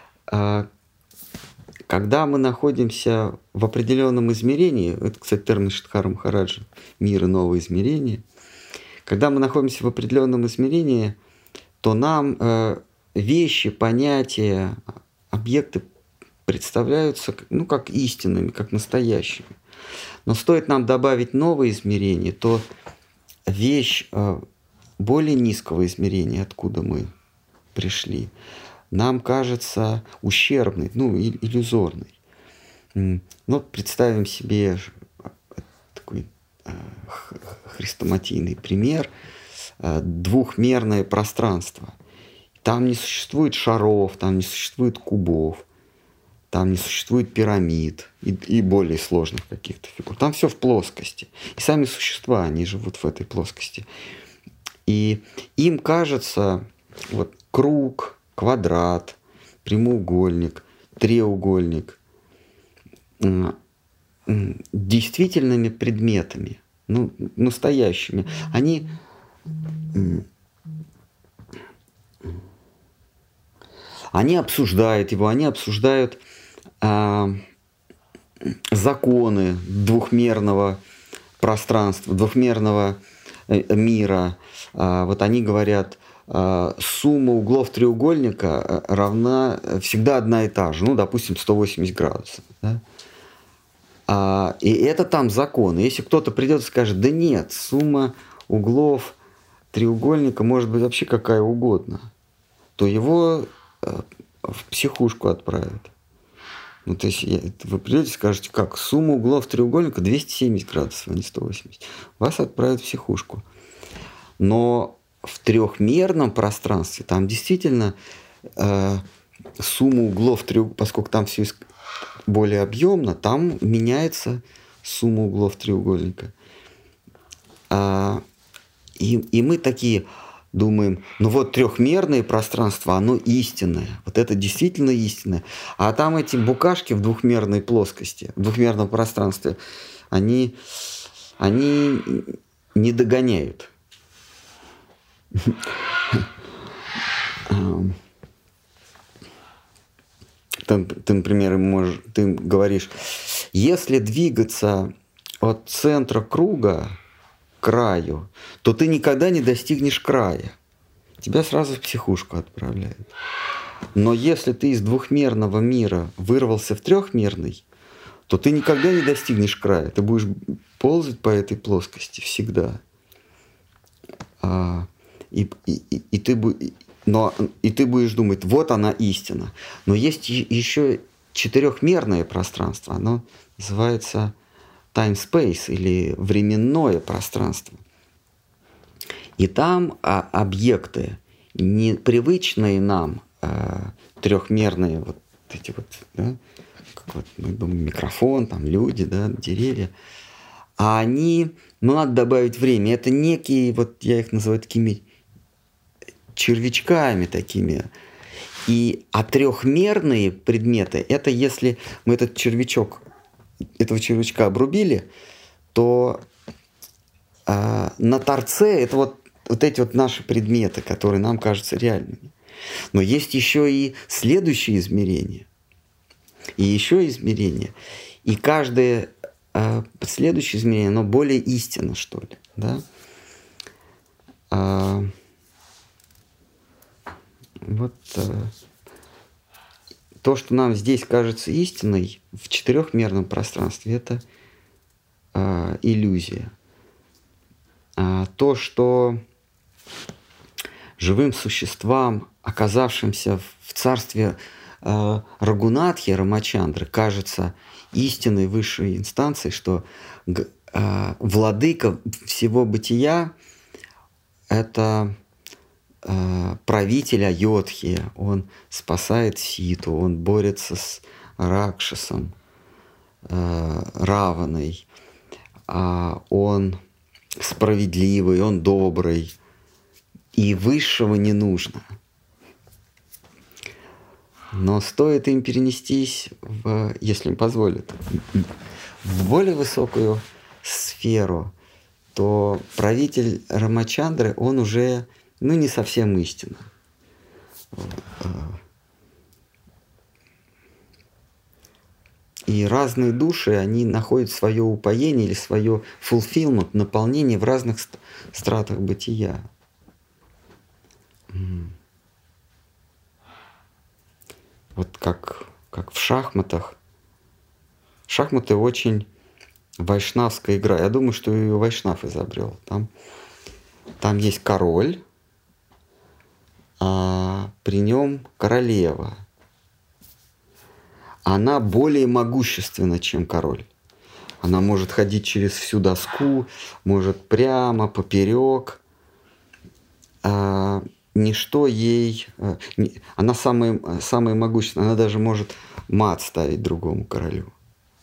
Speaker 1: Когда мы находимся в определенном измерении, это, кстати, термин Штхара Махараджа, мир и новые измерения, когда мы находимся в определенном измерении, то нам вещи, понятия, объекты представляются как истинными, как настоящими. Но стоит нам добавить новое измерение, то вещь более низкого измерения, откуда мы пришли, нам кажется ущербной, иллюзорной. Но представим себе такой хрестоматийный пример. Двухмерное пространство. Там не существует шаров, там не существует кубов, там не существует пирамид и более сложных каких-то фигур. Там все в плоскости. И сами существа, они живут в этой плоскости. И им кажется вот круг, квадрат, прямоугольник, треугольник действительными предметами, настоящими. Они обсуждают его, они обсуждают законы двухмерного пространства, двухмерного мира. Вот они говорят, сумма углов треугольника равна всегда одна и та же, допустим, 180 градусов. Да? И это там закон. И если кто-то придет и скажет, да нет, сумма углов треугольника может быть вообще какая угодно, то его в психушку отправят. То есть вы придете и скажете, как сумма углов треугольника 270 градусов, а не 180. Вас отправят в психушку. Но в трехмерном пространстве там действительно сумма углов треугольника, поскольку там все более объемно, там меняется сумма углов треугольника. И мы такие думаем, трехмерное пространство, оно истинное. Вот это действительно истинное. А там эти букашки в двухмерной плоскости, в двухмерном пространстве, они не догоняют. Ты, например, ты говоришь, если двигаться от центра круга к краю, то ты никогда не достигнешь края. Тебя сразу в психушку отправляют. Но если ты из двухмерного мира вырвался в трехмерный, то ты никогда не достигнешь края. Ты будешь ползать по этой плоскости всегда. И ты будешь думать, вот она истина. Но есть еще четырехмерное пространство. Оно называется time-space или временное пространство. И там объекты, непривычные нам, трехмерные, вот эти вот, да, как вот мы думаем, микрофон, там люди, да, деревья, а они, надо добавить время. Это некие, вот я их называю такими червячками такими. А трехмерные предметы, это если мы этого червячка обрубили, то на торце это вот эти вот наши предметы, которые нам кажутся реальными. Но есть еще и следующие измерения. И еще измерения. И каждое следующее измерение, оно более истинно, что ли. Да? То, что нам здесь кажется истиной, в четырехмерном пространстве, это иллюзия. То, что живым существам, оказавшимся в царстве Рагунатхи, Рамачандры, кажется истинной высшей инстанцией, что владыка всего бытия – это правитель Айодхи, он спасает Ситу, он борется с Ракшасом, Раваной, он справедливый, он добрый, и высшего не нужно. Но стоит им перенестись, если им позволят, в более высокую сферу, то правитель Рамачандры, он уже не совсем истинно. И разные души, они находят свое упоение или свое fulfillment, наполнение в разных стратах бытия. Вот как в шахматах. Шахматы очень вайшнавская игра. Я думаю, что ее Вайшнав изобрел. Там есть король, а при нем королева. Она более могущественна, чем король. Она может ходить через всю доску, может прямо, поперек. Ничто ей... Она самая могущественная. Она даже может мат ставить другому королю.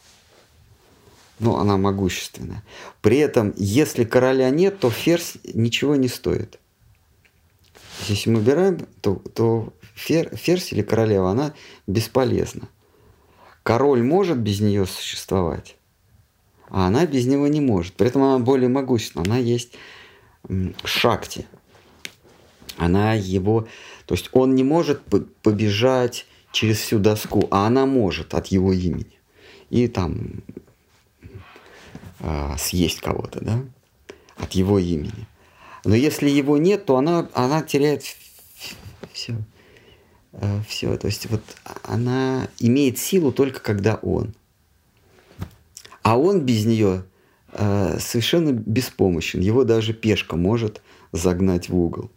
Speaker 1: Она могущественная. При этом, если короля нет, то ферзь ничего не стоит. Если мы убираем, то ферзь или королева, она бесполезна. Король может без нее существовать, а она без него не может. При этом она более могущественна. Она есть шакти. Она его... То есть он не может побежать через всю доску, а она может от его имени. И там съесть кого-то, да? От его имени. Но если его нет, то она теряет все. Все. То есть вот она имеет силу только когда он. А он без нее совершенно беспомощен. Его даже пешка может загнать в угол.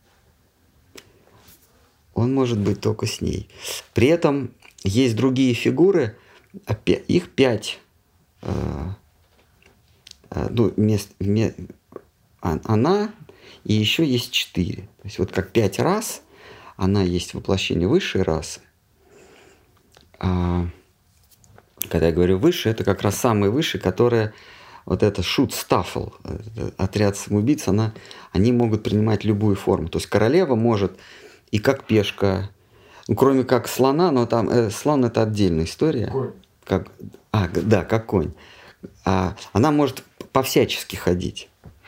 Speaker 1: Он может быть только с ней. При этом есть другие фигуры, их 5. Она и еще есть 4. То есть вот как 5 рас, она есть воплощение высшей расы. Когда я говорю высшая, это как раз самые высшие, которые вот это шут-стаффл, отряд самоубийц, они могут принимать любую форму. То есть королева может и как пешка, кроме как слона, но там слон это отдельная история.
Speaker 2: Конь.
Speaker 1: Как конь. Она может по-всячески ходить.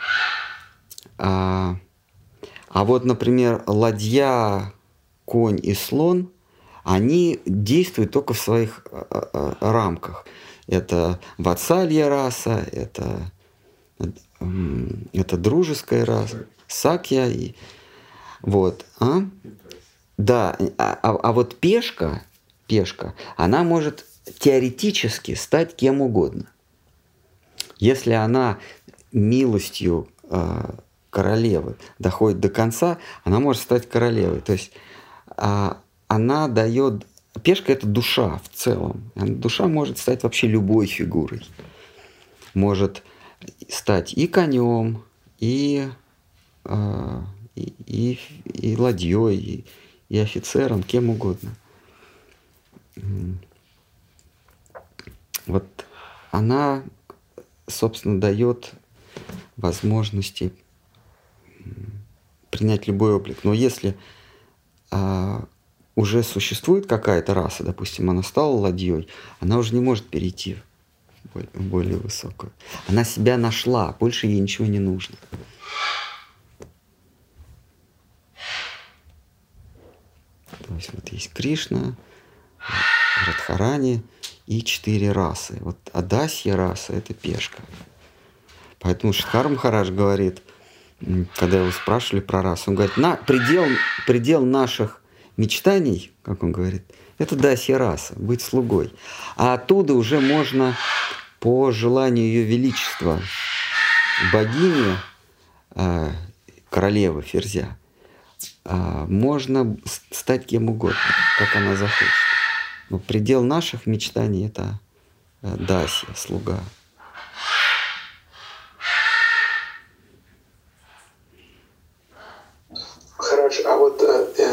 Speaker 1: А вот, например, ладья, конь и слон, они действуют только в своих рамках. Это ватсалья раса, это дружеская раса, сакья. Вот. Да, а вот пешка, она может теоретически стать кем угодно. Если она милостью королевы доходит до конца, она может стать королевой. То есть она дает... Пешка — это душа в целом. Душа может стать вообще любой фигурой. Может стать и конем, и ладьей, и офицером, кем угодно. Вот она, собственно, дает возможности принять любой облик. Но если уже существует какая-то раса, допустим, она стала ладьей, она уже не может перейти в более высокую. Она себя нашла, больше ей ничего не нужно. То есть вот есть Кришна, Радхарани и 4 расы. Вот Адасья раса — это пешка. Поэтому Шидхар Махарадж говорит, когда его спрашивали про расу, он говорит, предел наших мечтаний, как он говорит, это Дасья раса, быть слугой. А оттуда уже можно по желанию Ее Величества, богини, королевы Ферзя, можно стать кем угодно, как она захочет. Но предел наших мечтаний — это Дасья, слуга.
Speaker 3: Хорошо, а вот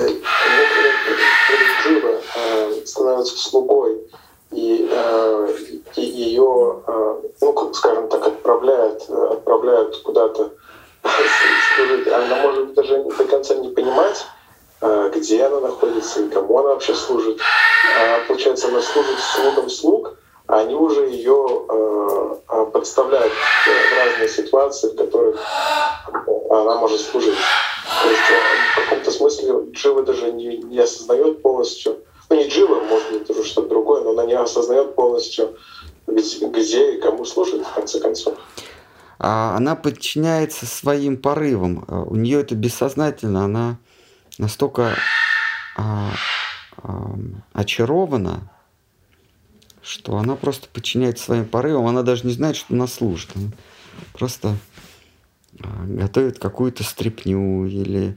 Speaker 3: Джива становится слугой, и ее, ну, скажем так, отправляют куда-то служить. Она может даже до конца не понимать, где она находится и кому она вообще служит. Получается, она служит слугам слуг, а они уже ее подставляют в разные ситуации, в которых она может служить. То есть в каком-то смысле Джива даже не осознает полностью, ну не Джива, может быть, это уже что-то другое, но она не осознает полностью, где и кому служит, в конце концов.
Speaker 1: Она подчиняется своим порывам. У нее это бессознательно, она настолько очарована, что она просто подчиняется своим порывам, она даже не знает, что она служит. Она просто готовит какую-то стряпню или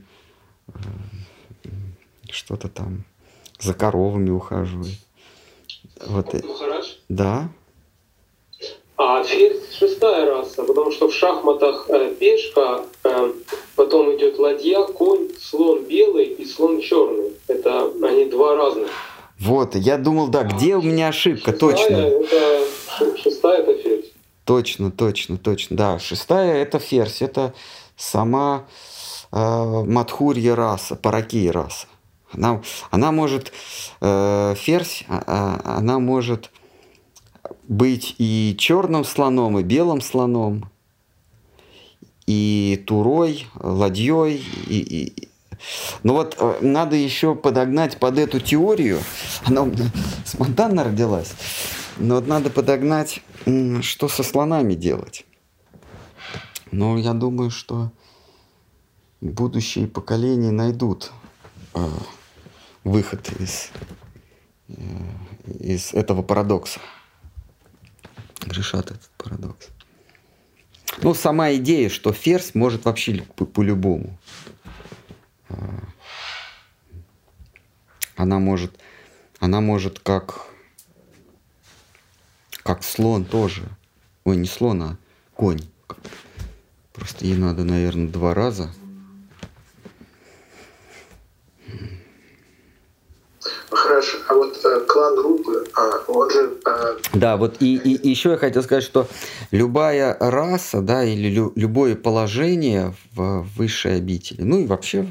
Speaker 1: что-то там, за коровами ухаживает. Вот.
Speaker 6: Махарадж?
Speaker 1: Да.
Speaker 6: А ферзь 6-я раса, потому что в шахматах пешка, потом идет ладья, конь, слон белый и слон черный. Это они 2 разных.
Speaker 1: Вот, я думал, да, где у меня ошибка, точно.
Speaker 6: 6-я это ферзь.
Speaker 1: Точно. Да, 6-я это ферзь, это сама Мадхурья раса, Паракия раса. Она может, ферзь, она может быть и черным слоном, и белым слоном, и турой, ладьей. Но вот надо еще подогнать под эту теорию, она у меня спонтанно родилась, но вот надо подогнать, что со слонами делать. Но я думаю, что будущие поколения найдут выход из этого парадокса. Решат этот парадокс. Ну, сама идея, что ферзь может вообще по-любому. Она может как слон тоже. Ой, не слон, а конь. Просто ей надо, наверное, 2 раза.
Speaker 3: Хорошо, а вот клан Рупы, он же...
Speaker 1: Да, вот и еще я хотел сказать, что любая раса, да, или любое положение в высшей обители, ну и вообще,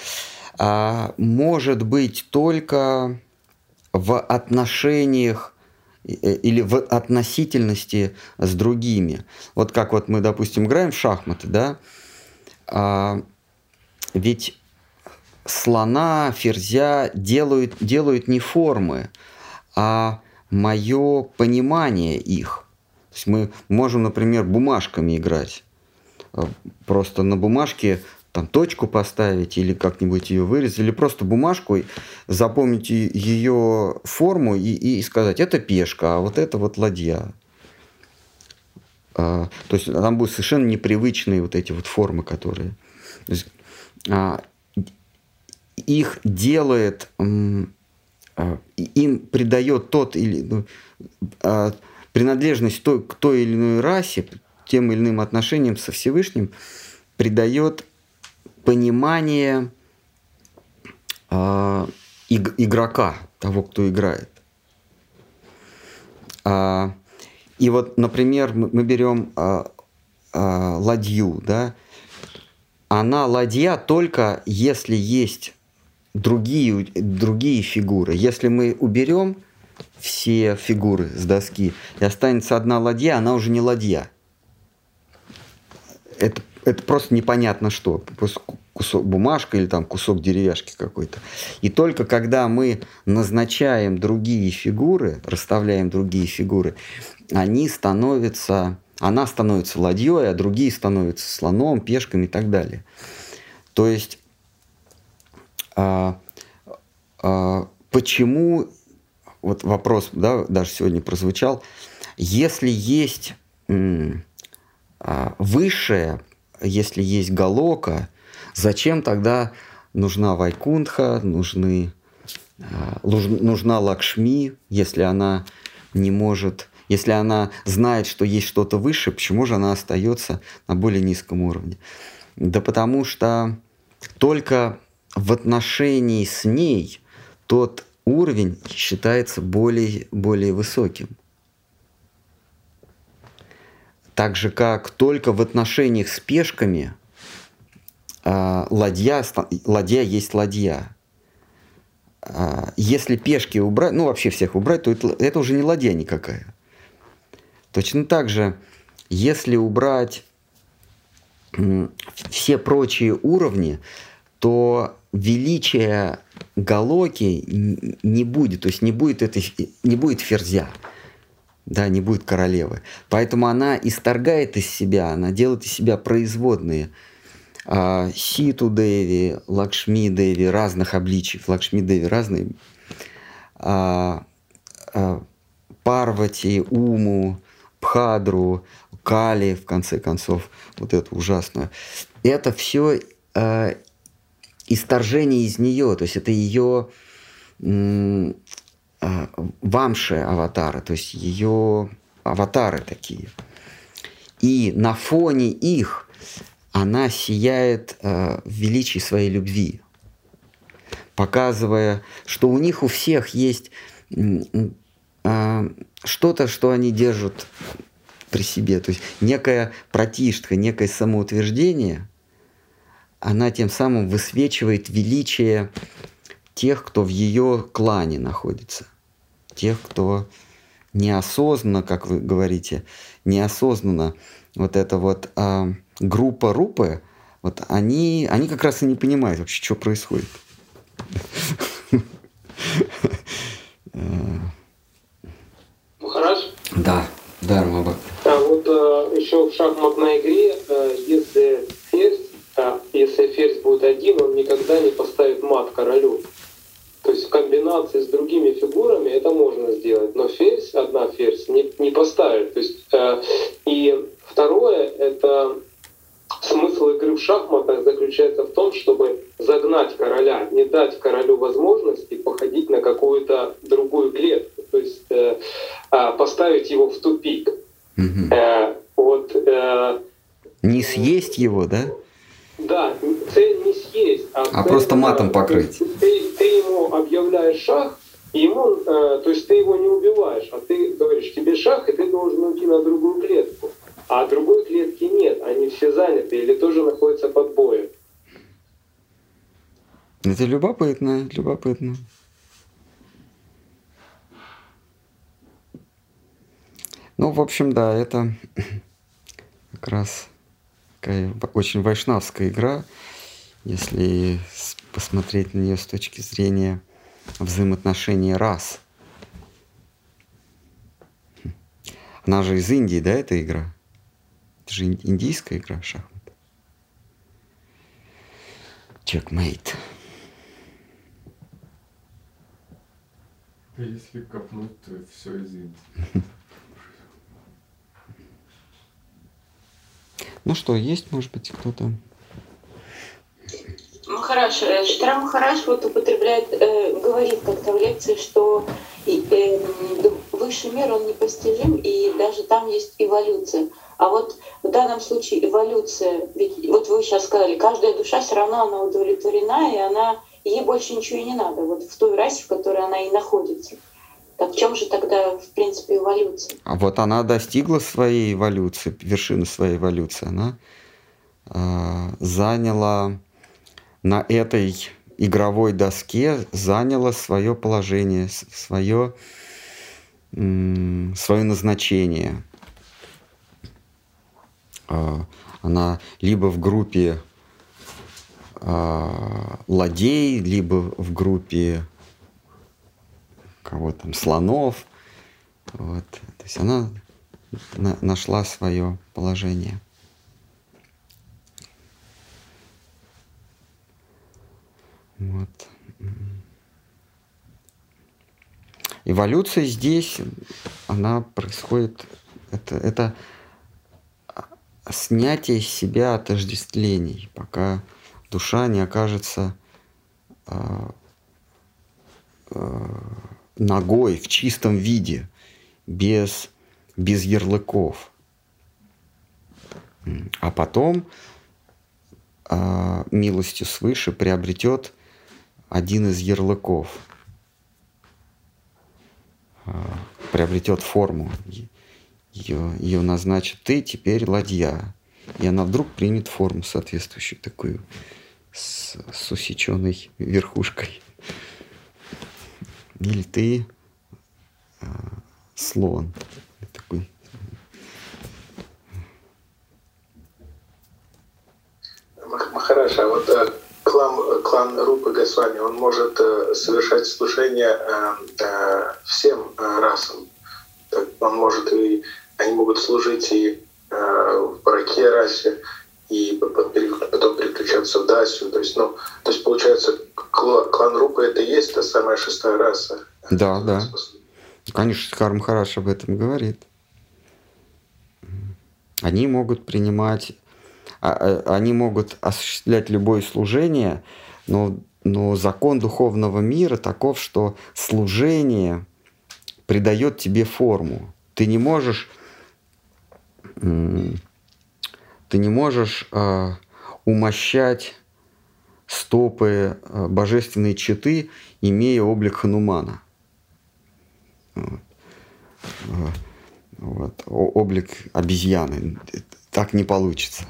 Speaker 1: может быть только в отношениях или в относительности с другими. Вот как вот мы, допустим, играем в шахматы, да, ведь слона, ферзя делают не формы, а мое понимание их. То есть мы можем, например, бумажками играть. Просто на бумажке там точку поставить или как-нибудь ее вырезать, или просто бумажку, запомнить ее форму и сказать, это пешка, а вот это вот ладья. То есть там будут совершенно непривычные вот эти вот формы, которые... То есть, их делает, им придает тот или принадлежность к той или иной расе, тем или иным отношениям со Всевышним, придает понимание игрока, того, кто играет. И вот, например, мы берем ладью, да? Она ладья только если есть другие фигуры. Если мы уберем все фигуры с доски и останется одна ладья, она уже не ладья. Это просто непонятно что. Просто кусок бумажка или там кусок деревяшки какой-то. И только когда мы назначаем другие фигуры, расставляем другие фигуры, она становится ладьей, а другие становятся слоном, пешками и так далее. То есть почему, вот вопрос, да, даже сегодня прозвучал, если есть высшее, если есть галока, зачем тогда нужна вайкунтха, нужна Лакшми, если она не может, если она знает, что есть что-то выше, почему же она остается на более низком уровне? Да потому что только в отношении с ней тот уровень считается более высоким. Так же, как только в отношениях с пешками ладья есть ладья. Если пешки убрать, ну вообще всех убрать, то это уже не ладья никакая. Точно так же, если убрать все прочие уровни, то величия галоки не будет, то есть не будет ферзя, да, не будет королевы. Поэтому она исторгает из себя, она делает из себя производные Ситу Деви, Лакшми Деви разных обличий, Лакшми Деви разные, Парвати, Уму, Пхадру, Кали, в конце концов, вот это ужасное. Это все исторжение из нее, то есть это ее вамши аватара, то есть ее аватары такие. И на фоне их она сияет в величии своей любви, показывая, что у них у всех есть что-то, что они держат при себе. То есть некая пратиштха, некое самоутверждение, она тем самым высвечивает величие тех, кто в ее клане находится. Тех, кто неосознанно, как вы говорите, неосознанно вот эта вот группа Рупы, вот они как раз и не понимают вообще, что происходит.
Speaker 6: Махарадж?
Speaker 1: Да, Рамаба.
Speaker 6: Вот еще в шахматной игре, если ферзь будет один, он никогда не поставит мат королю. То есть в комбинации с другими фигурами это можно сделать, но одна ферзь не поставит. То есть, и второе, это смысл игры в шахматах заключается в том, чтобы загнать короля, не дать королю возможности походить на какую-то другую клетку, то есть поставить его в тупик.
Speaker 1: Не съесть его, да?
Speaker 6: Да, цель не съесть,
Speaker 1: а просто матом покрыть.
Speaker 6: Ты ему объявляешь шах, и ему, то есть ты его не убиваешь, а ты говоришь, тебе шах, и ты должен уйти на другую клетку. А другой клетки нет, они все заняты или тоже находятся под боем.
Speaker 1: Это любопытно. Ну, в общем, да, это как раз такая очень вайшнавская игра, если посмотреть на нее с точки зрения взаимоотношений рас. Она же из Индии, да, эта игра? Это же индийская игра в шахматы. Checkmate.
Speaker 2: Если копнуть, то все извинить.
Speaker 1: Ну что, есть, может быть, кто-то?
Speaker 4: Махараш, Шрила Махараш вот употребляет, говорит как-то в лекции, что высший мир, он непостижим, и даже там есть эволюция. А вот в данном случае эволюция, ведь вот вы сейчас сказали, каждая душа все равно она удовлетворена, и ей больше ничего и не надо, вот в той расе, в которой она и находится. Так в чем же тогда, в принципе, эволюция?
Speaker 1: А вот она достигла своей эволюции, вершины своей эволюции. Она заняла на этой игровой доске, заняла свое положение, свое назначение. Она либо в группе ладей, либо в группе кого там, слонов. Вот. То есть она нашла свое положение. Вот. Эволюция здесь, она происходит, это снятие с себя отождествлений, пока душа не окажется ногой в чистом виде, без ярлыков. А потом милостью свыше приобретет один из ярлыков, приобретет форму, ее назначит ты теперь ладья, и она вдруг примет форму соответствующую, такую с усеченной верхушкой. Или ты слон такой.
Speaker 3: Махараш, а вот клан Рупы Госвами, он может совершать служение всем расам. Он может они могут служить и в Параке расе, и потом переключаться в Дасю. То есть получается, клан Рупы это и есть та самая шестая раса.
Speaker 1: Да. Конечно, Шрила Махараш об этом говорит. Они могут принимать, они могут осуществлять любое служение, но закон духовного мира таков, что служение придает тебе форму. Ты не можешь умощать стопы божественной четы, имея облик Ханумана. Вот. Облик обезьяны. Так не получится.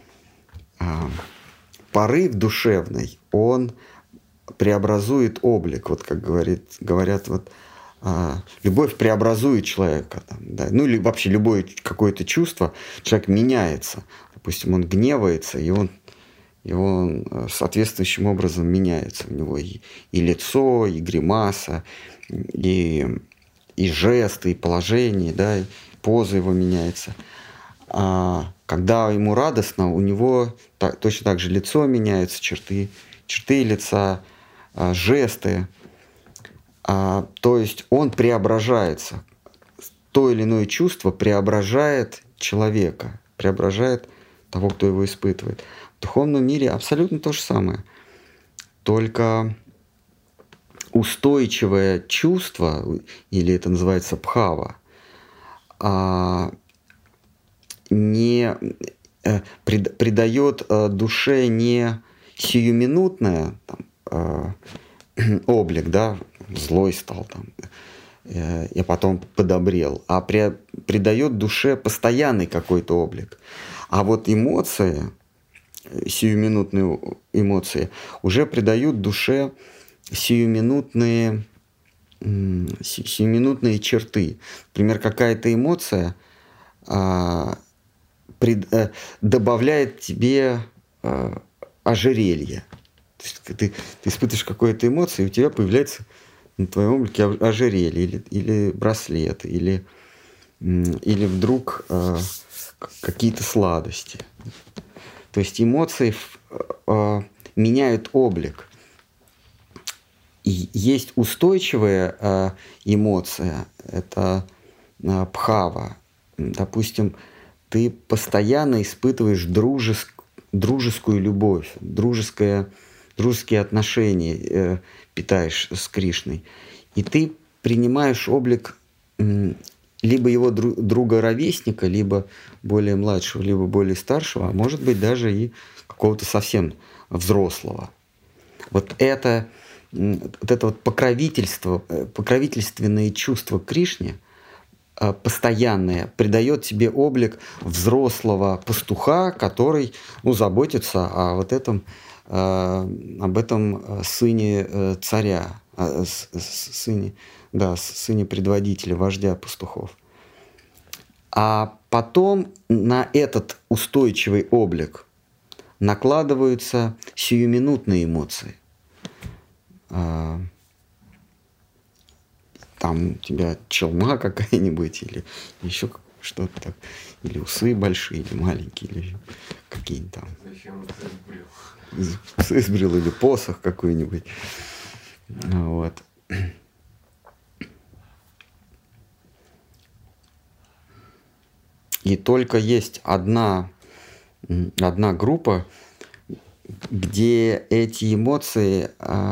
Speaker 1: Порыв душевный, он преобразует облик. Вот как говорят, вот, любовь преобразует человека. Да, ну или вообще любое какое-то чувство, человек меняется. Допустим, он гневается, и он соответствующим образом меняется. У него и лицо, и гримаса, и жесты, и положение, да, и поза его меняется. А когда ему радостно, у него точно так же лицо меняется, черты лица, жесты. То есть он преображается. То или иное чувство преображает человека, преображает того, кто его испытывает. В духовном мире абсолютно то же самое. Только устойчивое чувство, или это называется бхава, не придает душе не сиюминутное облик, да, злой стал там, и потом подобрел, а придает душе постоянный какой-то облик. А вот эмоции, сиюминутные эмоции, уже придают душе сиюминутные черты. Например, какая-то эмоция добавляет тебе ожерелье. То есть ты испытываешь какую-то эмоцию, и у тебя появляется на твоем облике ожерелье, или браслет, или вдруг какие-то сладости. То есть эмоции меняют облик. И есть устойчивая эмоция, это бхава. Допустим, ты постоянно испытываешь дружескую любовь, дружеские отношения питаешь с Кришной. И ты принимаешь облик либо его друга-ровесника, либо более младшего, либо более старшего, а может быть даже и какого-то совсем взрослого. Вот это вот покровительство, покровительственные чувства к Кришне постоянное придает тебе облик взрослого пастуха, который заботится о вот этом, об этом сыне царя, сыне предводителя, вождя пастухов. А потом на этот устойчивый облик накладываются сиюминутные эмоции. Там у тебя челма какая-нибудь, или еще что-то так, или усы большие, или маленькие, или какие-нибудь там.
Speaker 2: Зачем усы сбрил?
Speaker 1: Усы сбрил, или посох какой-нибудь. Вот. И только есть одна группа, где эти эмоции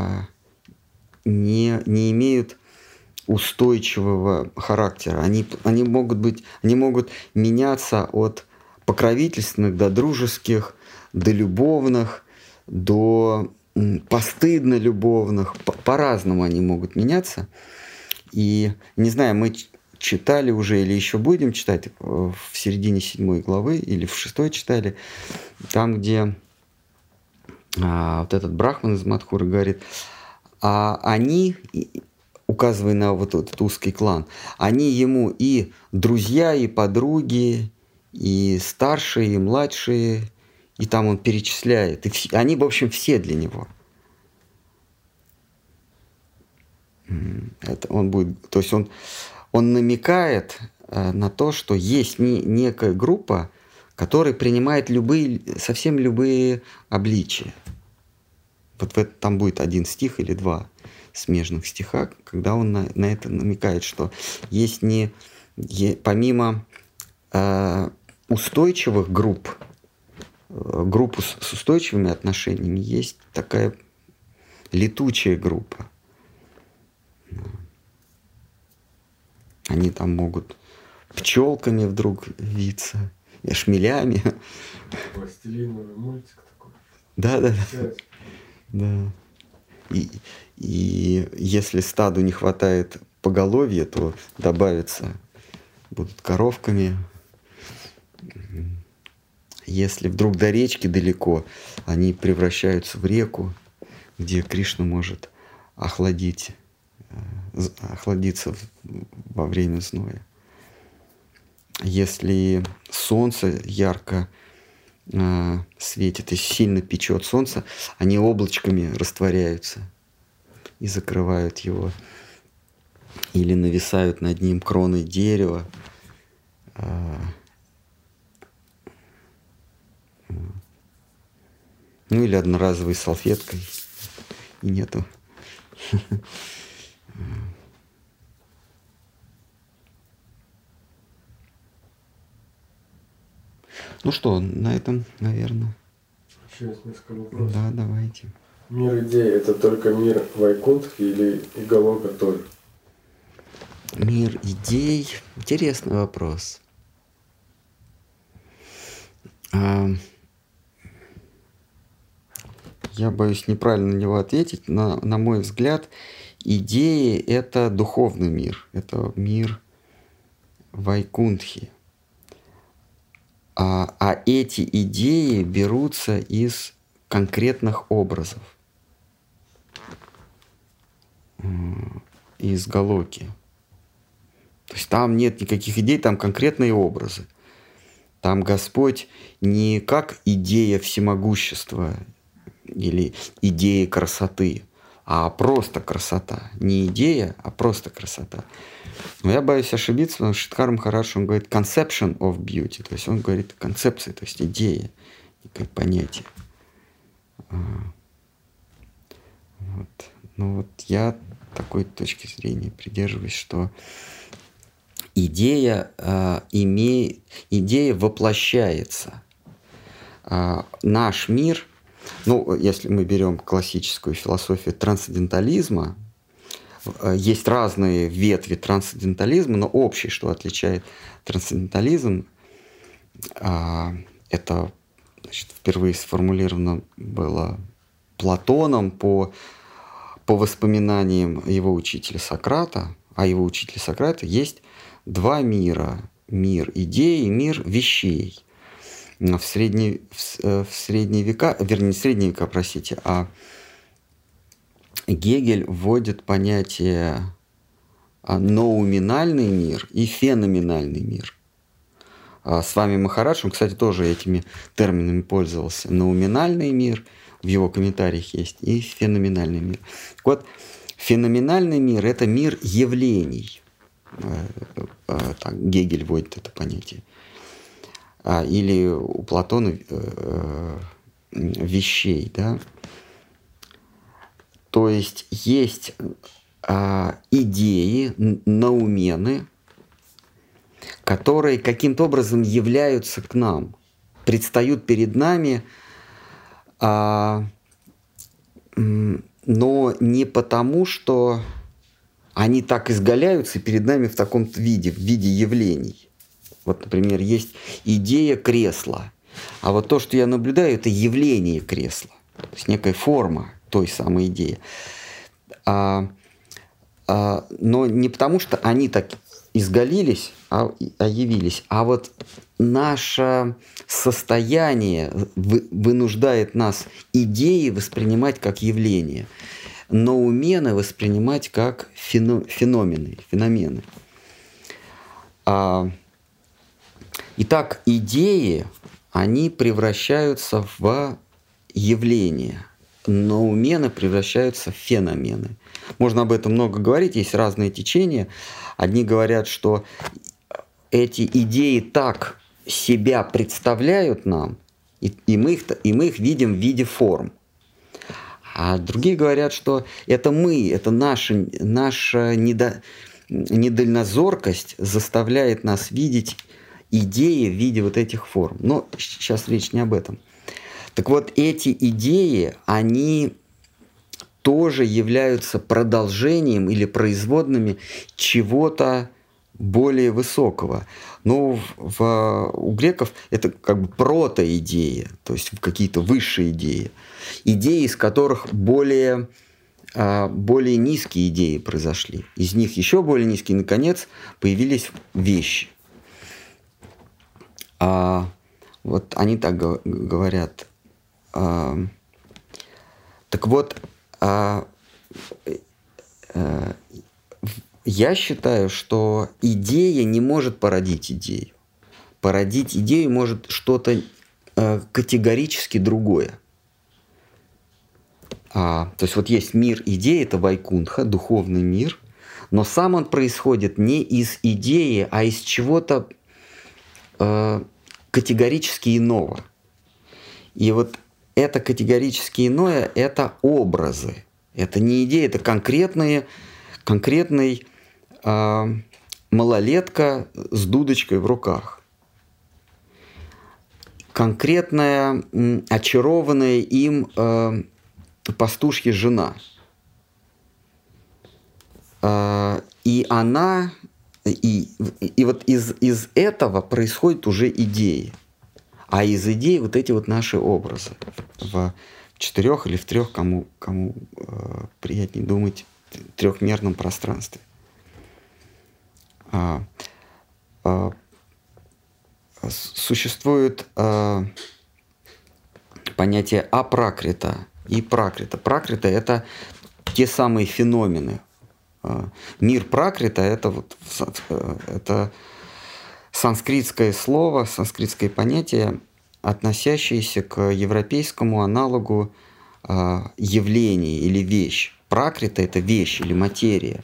Speaker 1: не имеют устойчивого характера. Они могут меняться от покровительственных до дружеских, до любовных, до постыдно любовных. По-разному они могут меняться. И, не знаю, мы читали уже или еще будем читать в середине 7 главы или в 6 читали, там, где вот этот брахман из Мадхуры говорит, они, указывая на вот этот узкий клан, они ему и друзья, и подруги, и старшие, и младшие, и там он перечисляет. И они, в общем, все для него. Это он будет, то есть он намекает на то, что есть некая группа, которая принимает совсем любые обличия. Вот там будет 1 стих или 2 смежных стиха, когда он на это намекает, что есть помимо устойчивых групп с устойчивыми отношениями, есть такая летучая группа. Они там могут пчелками вдруг виться, шмелями.
Speaker 2: Пластилиновый мультик такой.
Speaker 1: Да. И если стаду не хватает поголовья, то добавятся, будут коровками. Если вдруг до речки далеко, они превращаются в реку, где Кришна может охладиться во время зноя. Если солнце ярко светит и сильно печет солнце, они облачками растворяются и закрывают его. Или нависают над ним кроной дерева. Или одноразовой салфеткой. И нету. Ну что, на этом, наверное.
Speaker 2: Еще есть несколько вопросов.
Speaker 1: Да, давайте.
Speaker 2: Мир идей — это только мир Вайкунтхи или и Галока тоже?
Speaker 1: Мир идей. Интересный вопрос. Я боюсь неправильно на него ответить. На мой взгляд, идеи — это духовный мир. Это мир Вайкунтхи. А эти идеи берутся из конкретных образов. Из Галоки. То есть там нет никаких идей, там конкретные образы. Там Господь не как идея всемогущества или идея красоты, а просто красота. Не идея, а просто красота. Но я боюсь ошибиться, потому что Шридхар Махарадж, он говорит conception of beauty, то есть он говорит концепция, то есть идея, некое понятие. Вот. Ну вот я такой точки зрения придерживаюсь, что идея воплощается. Наш мир, ну, если мы берем классическую философию трансцендентализма, есть разные ветви трансцендентализма, но общее, что отличает трансцендентализм, это, значит, впервые сформулировано было Платоном по воспоминаниям его учителя Сократа. А его учителя Сократа есть два мира. Мир идей и мир вещей. В средние века, вернее, не средние века, простите, а Гегель вводит понятие ноуминальный мир и феноменальный мир. С вами Махарадж, он, кстати, тоже этими терминами пользовался. Ноуминальный мир, в его комментариях есть, и феноменальный мир. Так вот, феноменальный мир – это мир явлений. Так, Гегель вводит это понятие. Или у Платона вещей, да. То есть есть идеи, наумены, которые каким-то образом являются к нам, предстают перед нами, но не потому, что они так изгаляются перед нами в таком-то виде, в виде явлений. Вот, например, есть идея кресла, а вот то, что я наблюдаю, это явление кресла, то есть некая форма той самой идеи. Но не потому, что они так изгалились, а явились. А вот наше состояние вынуждает нас идеи воспринимать как явление, ноумены воспринимать как феномены. Итак, идеи, они превращаются в явления, ноумены превращаются в феномены. Можно об этом много говорить, есть разные течения. Одни говорят, что эти идеи так себя представляют нам, и мы их видим в виде форм. А другие говорят, что это наша недальнозоркость заставляет нас видеть идеи в виде вот этих форм. Но сейчас речь не об этом. Так вот, эти идеи, они тоже являются продолжением или производными чего-то более высокого. Но у греков это как бы протоидеи, то есть какие-то высшие идеи. Идеи, из которых более низкие идеи произошли. Из них еще более низкие, и, наконец, появились вещи. Вот они так говорят. Так вот, я считаю, что идея не может породить идею. Породить идею может что-то категорически другое. То есть вот есть мир идей, это вайкунтха, духовный мир, но сам он происходит не из идеи, а из чего-то категорически иного. И вот это категорически иное – это образы. Это не идеи, это конкретный малолетка с дудочкой в руках. Конкретная очарованная им пастушья жена. И она... И вот из этого происходят уже идеи. А из идей вот эти вот наши образы. В 4 или в 3, кому приятнее думать, в трехмерном пространстве. Существует понятие апракрита и пракрита. Пракрита – это те самые феномены. Мир пракрита – это санскритское слово, санскритское понятие, относящееся к европейскому аналогу явления или вещь. Пракрита – это вещь или материя.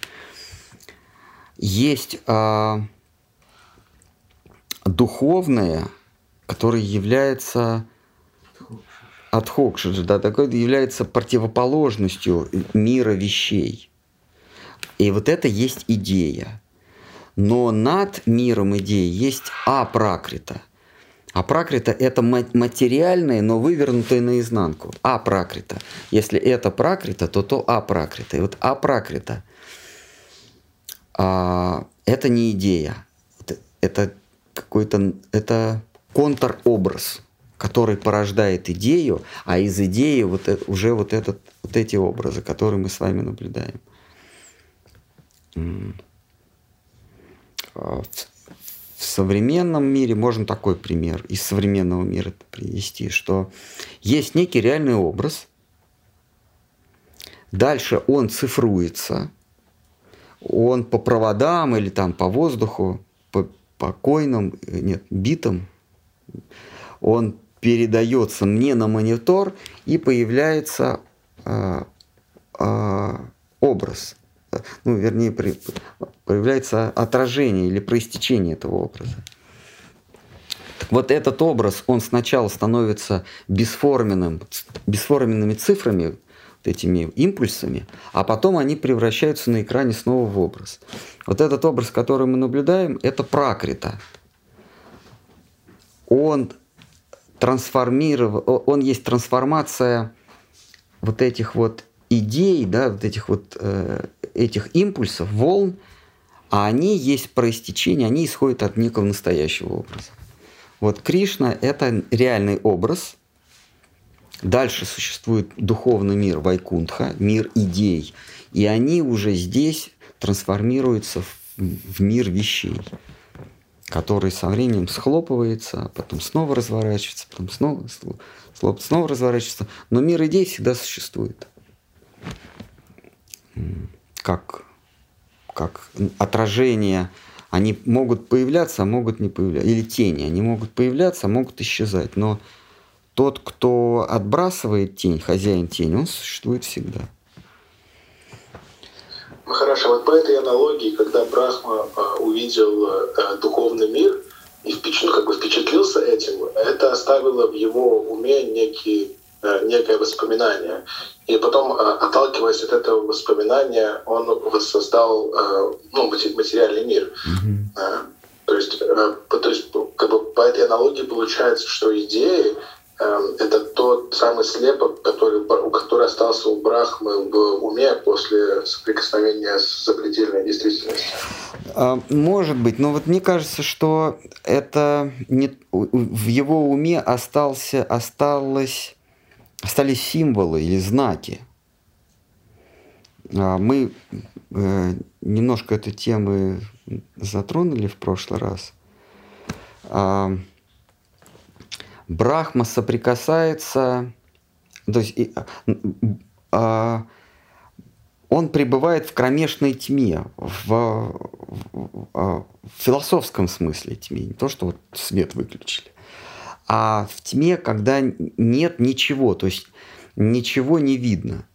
Speaker 1: Есть духовное, которое является Адхокшаджа, да, такой является противоположностью мира вещей. И вот это есть идея. Но над миром идеи есть апракрита. Апракрита – это материальное, но вывернутое наизнанку. Апракрита. Если это пракрита, то апракрита. И вот апракрита это не идея. Это какой-то контробраз, который порождает идею, а из идеи уже вот эти образы, которые мы с вами наблюдаем. В современном мире можно такой пример из современного мира привести, что есть некий реальный образ, дальше он цифруется, он по проводам или там по воздуху, по койным, битам, он передается мне на монитор, и появляется образ. Появляется отражение или проистечение этого образа. Так вот этот образ, он сначала становится бесформенными цифрами, вот этими импульсами, а потом они превращаются на экране снова в образ. Вот этот образ, который мы наблюдаем, это пракрита. Он есть трансформация вот этих вот идей, да, вот этих вот этих импульсов, волн, а они есть проистечение, они исходят от некого настоящего образа. Вот Кришна – это реальный образ. Дальше существует духовный мир Вайкунтха, мир идей, и они уже здесь трансформируются в мир вещей, который со временем схлопывается, потом снова разворачивается, потом снова разворачивается. Но мир идей всегда существует. Как отражения, они могут появляться, а могут не появляться. Или тени, они могут появляться, а могут исчезать. Но тот, кто отбрасывает тень, хозяин тени, он существует всегда.
Speaker 3: Хорошо, вот по этой аналогии, когда Брахма увидел духовный мир и впечатлился этим, это оставило в его уме некое воспоминание. И потом, отталкиваясь от этого воспоминания, он воссоздал материальный мир. Mm-hmm. То есть по этой аналогии получается, что идеи это тот самый слепок, который остался у Брахмы в уме после соприкосновения с запредельной действительностью.
Speaker 1: Может быть, но вот мне кажется, что это в его уме остались символы или знаки. Мы немножко эту тему затронули в прошлый раз. Брахма соприкасается, то есть он пребывает в кромешной тьме, в философском смысле тьме, не то, что вот свет выключили, а в тьме, когда нет ничего, то есть ничего не видно.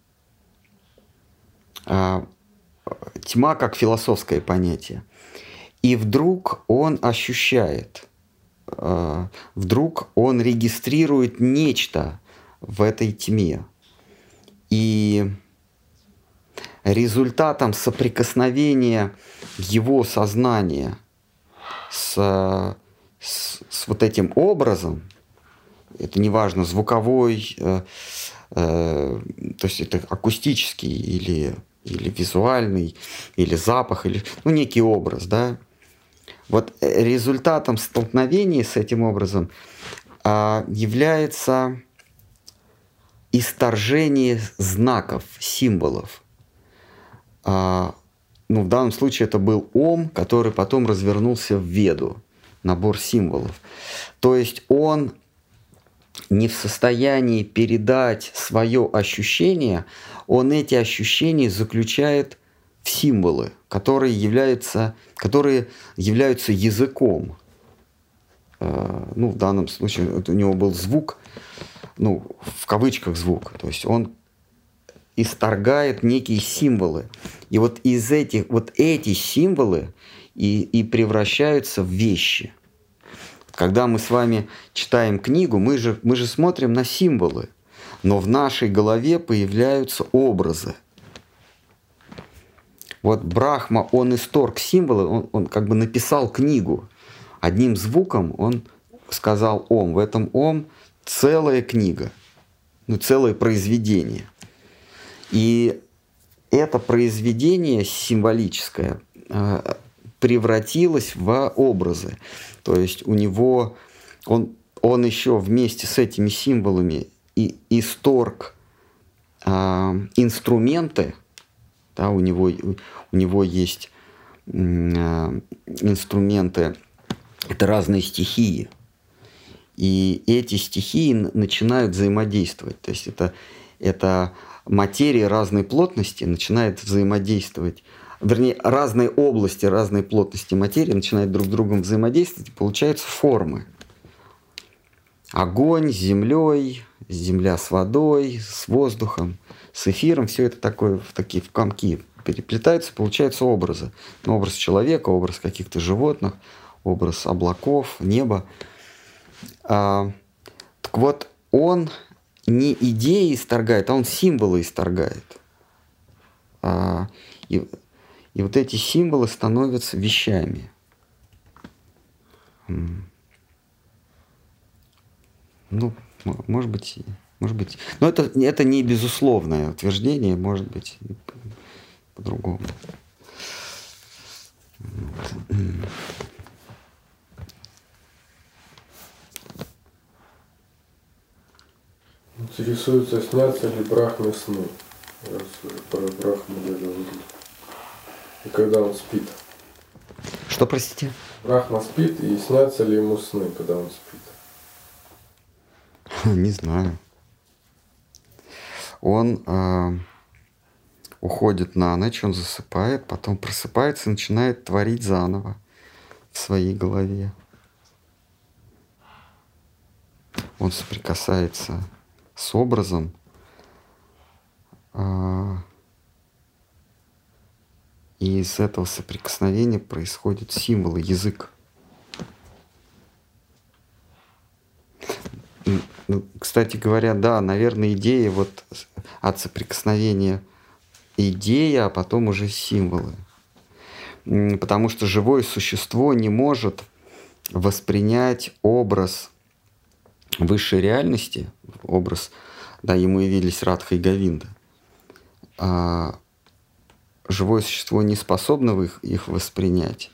Speaker 1: Тьма как философское понятие. И вдруг он ощущает, вдруг он регистрирует нечто в этой тьме. И результатом соприкосновения его сознания с вот этим образом, это неважно, звуковой, то есть это акустический или визуальный, или запах, или некий образ, да. Вот результатом столкновения с этим образом является исторжение знаков, символов. В данном случае это был Ом, который потом развернулся в Веду, набор символов. То есть он не в состоянии передать свое ощущение, он эти ощущения заключает в символы, которые являются языком. В данном случае у него был звук, в кавычках звук, то есть он исторгает некие символы. И вот из этих, вот эти символы и превращаются в вещи. Когда мы с вами читаем книгу, мы же смотрим на символы. но в нашей голове появляются образы. Вот Брахма, он исторг символы, он как бы написал книгу. Одним звуком он сказал «Ом». В этом «Ом» целая книга, целое произведение. И это произведение символическое превратилось в образы. То есть у него, он еще вместе с этими символами и исторг инструменты. Да, у него есть инструменты, это разные стихии. И эти стихии начинают взаимодействовать. То есть это материя разной плотности начинает взаимодействовать. Вернее, разные области, разные плотности материи начинают друг с другом взаимодействовать, и получаются формы. Огонь с землей, земля с водой, с воздухом, с эфиром. Все это в комки переплетаются, получаются образы. Образ человека, образ каких-то животных, образ облаков, неба. Так вот, он не идеи исторгает, а он символы исторгает. И вот эти символы становятся вещами. Может быть. Но это не безусловное утверждение, может быть, по-другому.
Speaker 2: Интересуется, снятся ли Брахме сны, раз уже про Брахму заговорили. И когда он спит.
Speaker 1: Что, простите?
Speaker 2: Брахма спит, и снятся ли ему сны, когда он спит?
Speaker 1: Не знаю. Он уходит на ночь, он засыпает, потом просыпается и начинает творить заново в своей голове. Он соприкасается с образом, и из этого соприкосновения происходят символы, язык. Кстати говоря, да, наверное, идея вот от соприкосновения идея, а потом уже символы. Потому что живое существо не может воспринять образ высшей реальности, образ, да, ему явились Радха и Говинда. Живое существо не способно их воспринять.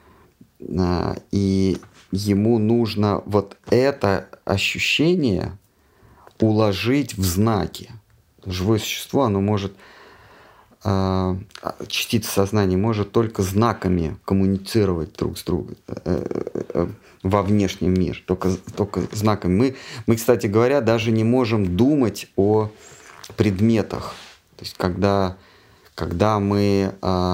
Speaker 1: И ему нужно вот это ощущение уложить в знаки. Живое существо, оно может, частица сознания может только знаками коммуницировать друг с другом во внешнем мире, только знаками. Мы, кстати говоря, даже не можем думать о предметах. То есть, когда мы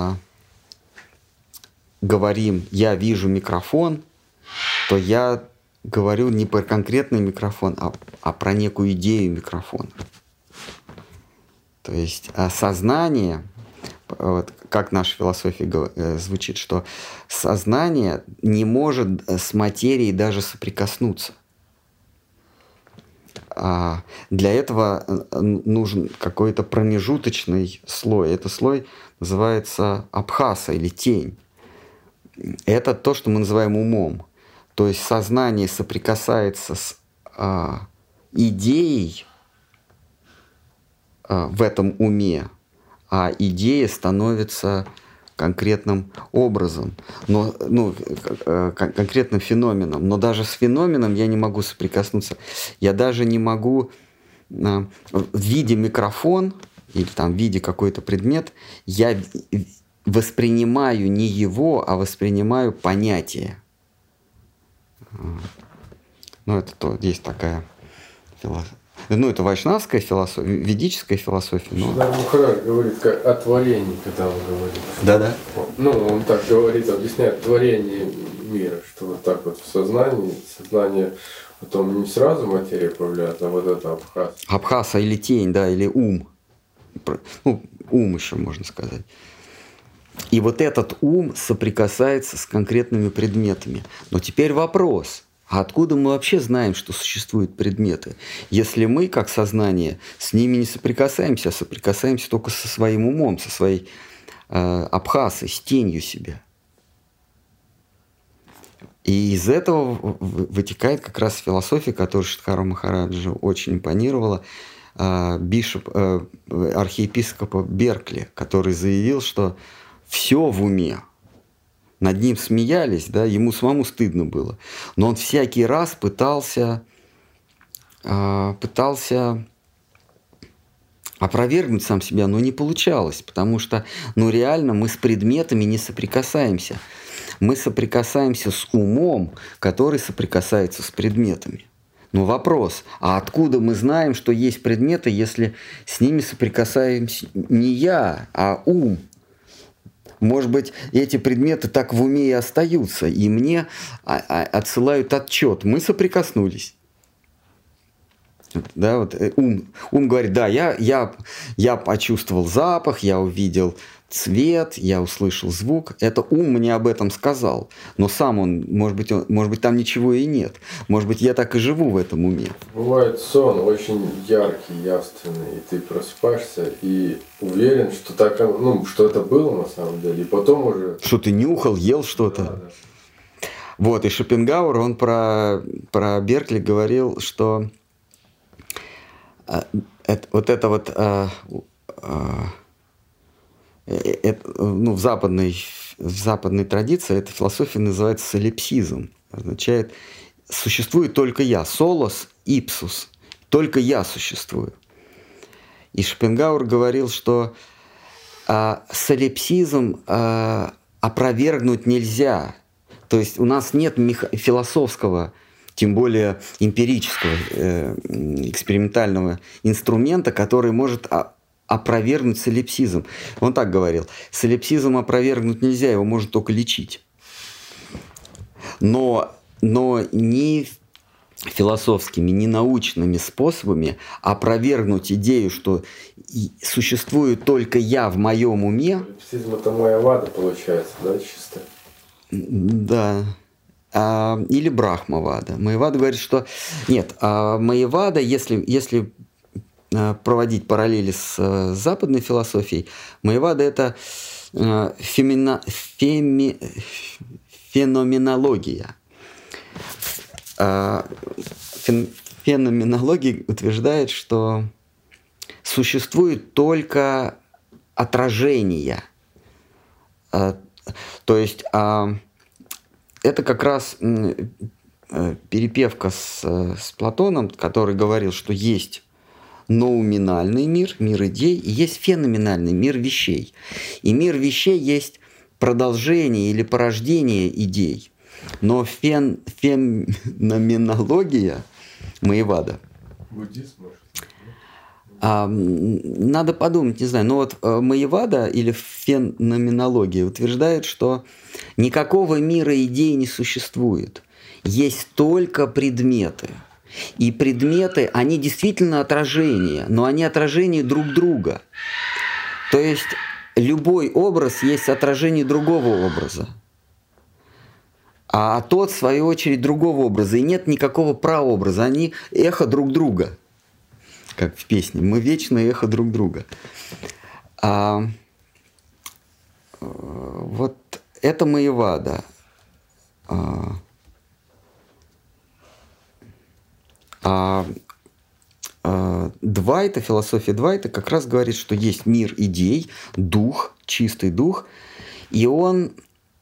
Speaker 1: говорим «я вижу микрофон», то я говорю не про конкретный микрофон, а про некую идею микрофона. То есть сознание, вот как наша философия звучит, что сознание не может с материей даже соприкоснуться. Для этого нужен какой-то промежуточный слой. Этот слой называется абхаса или тень. Это то, что мы называем умом. То есть сознание соприкасается с идеей в этом уме, а идея становится конкретным образом, конкретным феноменом. Но даже с феноменом я не могу соприкоснуться. Я даже не могу в виде микрофон или в виде какой-то предмет, я воспринимаю не его, а воспринимаю понятие. Это есть такая философия. Это вайшнавская философия, ведическая философия.
Speaker 2: Шридар Махарадж говорит о творении, когда он говорит.
Speaker 1: Да-да.
Speaker 2: Он так говорит, объясняет творение мира, что вот так вот в сознание потом не сразу материя появляется, а вот это абхаса.
Speaker 1: Абхаса или тень, да, или ум. Ум еще можно сказать. И вот этот ум соприкасается с конкретными предметами. Но теперь вопрос, А откуда мы вообще знаем, что существуют предметы, если мы, как сознание, с ними не соприкасаемся, а соприкасаемся только со своим умом, со своей абхасой, с тенью себя? И из этого вытекает как раз философия, которую Шиддхара Махараджа очень импонировала, архиепископа Беркли, который заявил, что все в уме. Над ним смеялись, да, ему самому стыдно было. Но он всякий раз пытался опровергнуть сам себя, но не получалось, потому что, реально мы с предметами не соприкасаемся. Мы соприкасаемся с умом, который соприкасается с предметами. Но вопрос, а откуда мы знаем, что есть предметы, если с ними соприкасаемся не я, а ум? Может быть, эти предметы так в уме и остаются, и мне отсылают отчет. Мы соприкоснулись. Да, вот ум говорит, да, я почувствовал запах, я увидел цвет, я услышал звук. Это ум мне об этом сказал. Но сам он, может быть, там ничего и нет. Может быть, я так и живу в этом уме.
Speaker 2: Бывает сон очень яркий, явственный, и ты просыпаешься и уверен, что так, что это было на самом деле, и потом уже...
Speaker 1: Что ты нюхал, ел что-то.
Speaker 2: Да.
Speaker 1: Вот, и Шопенгауэр, он про Беркли говорил, что в западной традиции эта философия называется солипсизм. Означает, существует только я, солос ипсус, только я существую. И Шопенгауэр говорил, что солипсизм опровергнуть нельзя. То есть у нас нет философского, тем более эмпирического, экспериментального инструмента, который может опровергнуть солипсизм. Он так говорил: солипсизм опровергнуть нельзя, его можно только лечить. Но ни философскими, ни научными способами опровергнуть идею, что существует только я в моем уме.
Speaker 2: Солипсизм — это майявада, получается, да, чисто?
Speaker 1: Да. Или брахмавада. Майявада говорит, что нет, майявада, если проводить параллели с западной философией, майявада — это феноменология. Феноменология утверждает, что существует только отражение. То есть это как раз перепевка с Платоном, который говорил, что есть ноуминальный мир, мир идей, и есть феноменальный мир вещей. И мир вещей есть продолжение или порождение идей. Но феноменология майявада.
Speaker 2: Буддизм, может?
Speaker 1: Надо подумать, не знаю. Но вот майявада или феноменология утверждает, что никакого мира идей не существует. Есть только предметы. И предметы, они действительно отражения, но они отражения друг друга. То есть любой образ есть отражение другого образа. А тот, в свою очередь, другого образа. И нет никакого прообраза. Они эхо друг друга. Как в песне. Мы вечное эхо друг друга. Вот это майявада. Двайта, философия Двайта как раз говорит, что есть мир идей, дух, чистый дух, и он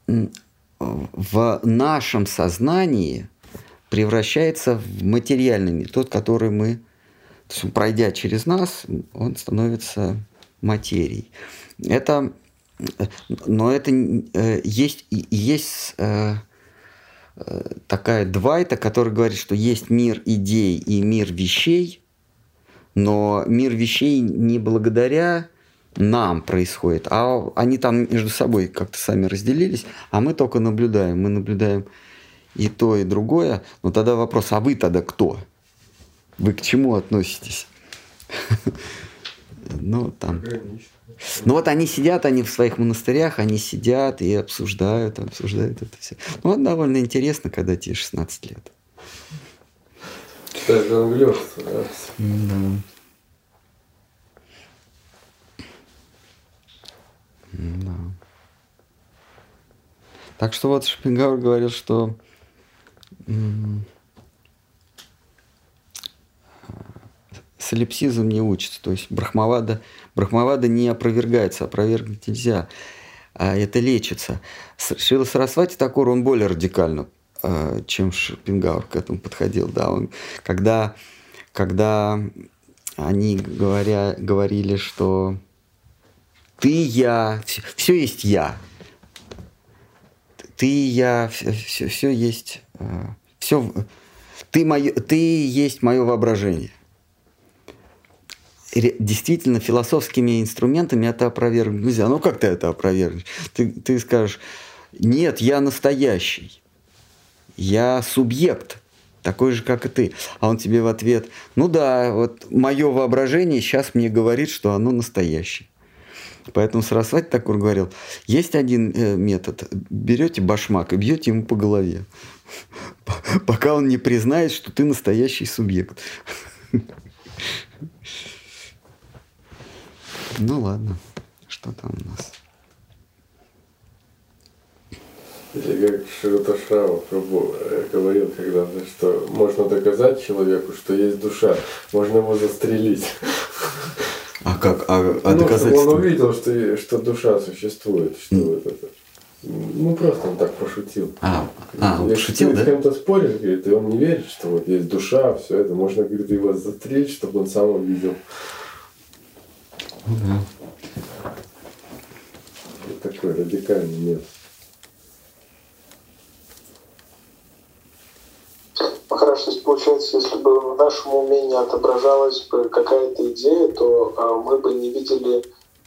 Speaker 1: в нашем сознании превращается в материальный мир, тот, который мы, то есть, пройдя через нас, он становится материей. Но это есть такая двайта, которая говорит, что есть мир идей и мир вещей, но мир вещей не благодаря нам происходит, а они там между собой как-то сами разделились, а мы только наблюдаем. Мы наблюдаем и то, и другое. Но тогда вопрос, а вы тогда кто? Вы к чему относитесь? Ну, там. Ну, вот они сидят, они в своих монастырях, они сидят и обсуждают это все. Ну, вот довольно интересно, когда тебе 16 лет.
Speaker 2: Это жонглёрство, да?
Speaker 1: Да. Так что вот Шопенгауэр говорил, что солипсизм не учится, то есть брахмавада не опровергается, опровергнуть нельзя, а это лечится. Шрила Сарасвати Такур, он более радикально, чем Шопенгауэр к этому подходил. Да, он, когда они говорили, что ты, я, все есть я. Ты, я, все есть, все, ты есть мое воображение. Действительно, философскими инструментами это опровергнуть нельзя. Ну, как ты это опровергнешь? Ты скажешь, нет, я настоящий. Я субъект, такой же, как и ты. А он тебе в ответ, ну да, вот мое воображение сейчас мне говорит, что оно настоящее. Поэтому Сарасвати Такур говорил, есть один метод. Берете башмак и бьете ему по голове, пока он не признает, что ты настоящий субъект. Ну ладно, что там у нас?
Speaker 2: Или как Шрила Шрама Прабху говорил когда-то, что можно доказать человеку, что есть душа, можно его застрелить.
Speaker 1: А как?
Speaker 2: Доказательство? Он увидел, что душа существует, что вот это. Ну просто он так пошутил.
Speaker 1: Он
Speaker 2: если
Speaker 1: пошутил,
Speaker 2: ты
Speaker 1: да?
Speaker 2: с кем-то споришь, говорит, и он не верит, что вот есть душа, все это, можно, говорит, его застрелить, чтобы он сам увидел. Вот такой радикальный метод.
Speaker 3: Хорошо, то есть получается, если бы в нашем уме не отображалась бы какая-то идея, то мы бы не видели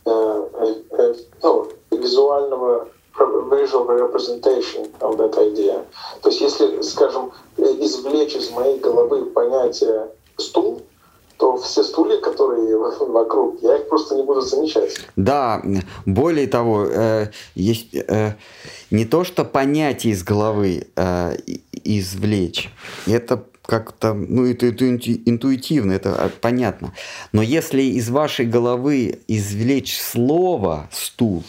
Speaker 3: визуального visual representation of that idea. То есть если, скажем, извлечь из моей головы понятие стул, то все стулья, которые вокруг, я их просто не буду замечать.
Speaker 1: Да, более того, есть не то, что понятие из головы извлечь, это как-то, ну, это интуитивно, это понятно. Но если из вашей головы извлечь слово «стул»,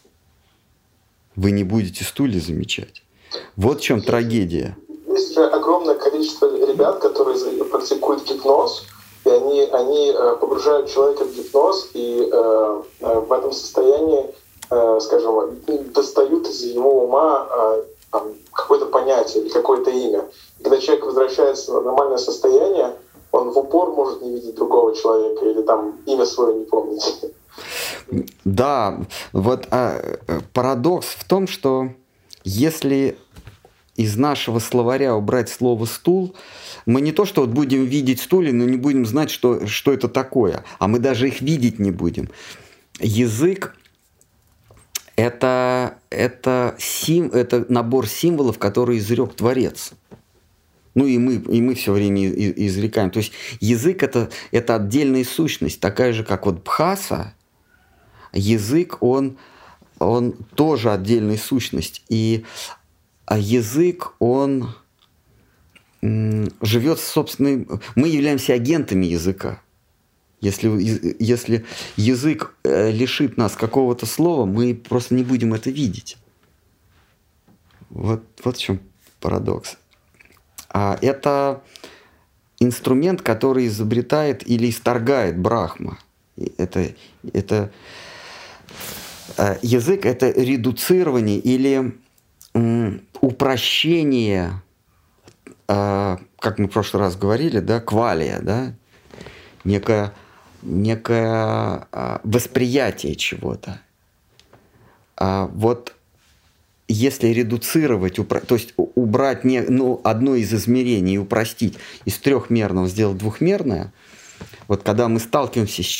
Speaker 1: вы не будете стулья замечать. Вот в чем трагедия.
Speaker 3: Есть же огромное количество ребят, которые практикуют гипноз, и они погружают человека в гипноз, и в этом состоянии, скажем, достают из его ума какое-то понятие или какое-то имя. И когда человек возвращается в нормальное состояние, он в упор может не видеть другого человека или там имя свое не помнить.
Speaker 1: Да, вот парадокс в том, что если из нашего словаря убрать слово «стул», мы не то, что вот будем видеть стулья, но не будем знать, что это такое, а мы даже их видеть не будем. Язык – это набор символов, которые изрек Творец. Ну и мы все время изрекаем. То есть язык – это отдельная сущность, такая же, как вот бхаса. Язык, он тоже отдельная сущность. А язык, он живет собственным... Мы являемся агентами языка. Если язык лишит нас какого-то слова, мы просто не будем это видеть. Вот в чем парадокс. А это инструмент, который изобретает или исторгает Брахма. Язык – это редуцирование или упрощение, как мы в прошлый раз говорили, да, квалия, да, некое восприятие чего-то. Вот если редуцировать, то есть убрать одно из измерений и упростить, из трехмерного сделать двухмерное, вот когда мы сталкиваемся с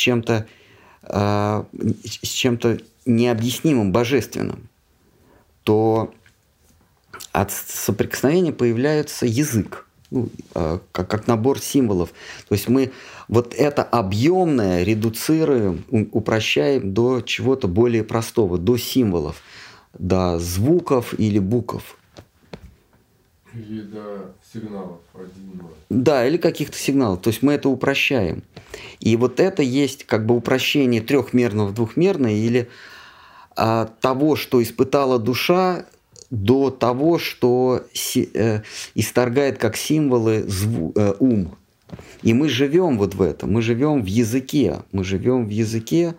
Speaker 1: чем-то необъяснимым, божественным, то от соприкосновения появляется язык, как набор символов. То есть мы вот это объемное редуцируем, упрощаем до чего-то более простого, до символов, до звуков или букв.
Speaker 2: Или до сигналов 1-0.
Speaker 1: Да, или каких-то сигналов. То есть мы это упрощаем. И вот это есть как бы упрощение трехмерного в двухмерное или того, что испытала душа, до того, что исторгает как символы ум. И мы живем вот в этом. Мы живем в языке. Мы живем в языке.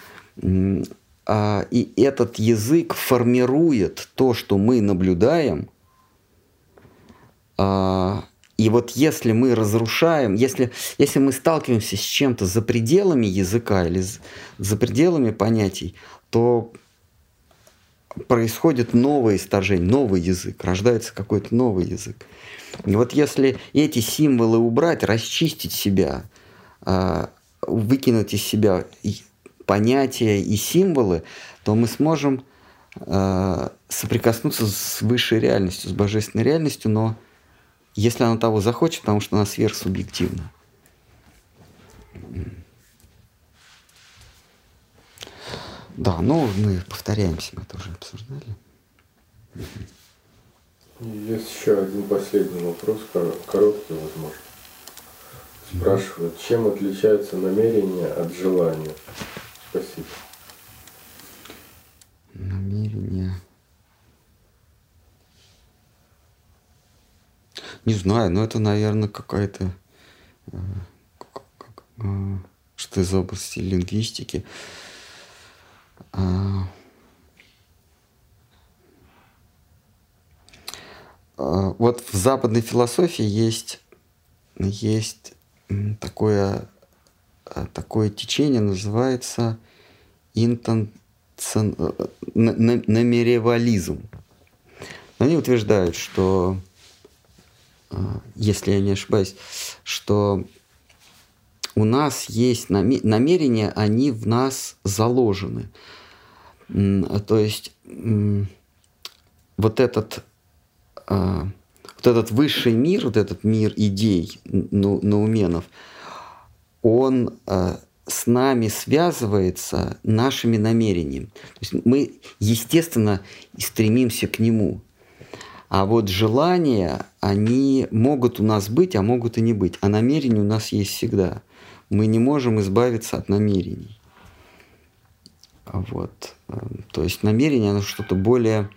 Speaker 1: И этот язык формирует то, что мы наблюдаем. И вот если мы разрушаем, если мы сталкиваемся с чем-то за пределами языка или за пределами понятий, то происходит новое исторжение, новый язык, рождается какой-то новый язык. И вот если эти символы убрать, расчистить себя, выкинуть из себя понятия и символы, то мы сможем соприкоснуться с высшей реальностью, с божественной реальностью, но если она того захочет, потому что она сверхсубъективна. Да, ну мы повторяемся, мы это уже обсуждали.
Speaker 2: И есть еще один последний вопрос, короткий, возможно. Спрашивают, чем отличается намерение от желания? Спасибо.
Speaker 1: Намерение. Не знаю, но это, наверное, какая-то что из области лингвистики. Вот в западной философии есть такое течение, называется намеревализм. Они утверждают, что, если я не ошибаюсь, что у нас есть намерения, они в нас заложены. То есть вот этот высший мир, вот этот мир идей, науменов, он с нами связывается нашими намерениями. То есть мы, естественно, стремимся к нему. А вот желания, они могут у нас быть, а могут и не быть. А намерения у нас есть всегда. Мы не можем избавиться от намерений. Вот. То есть намерение, оно что-то более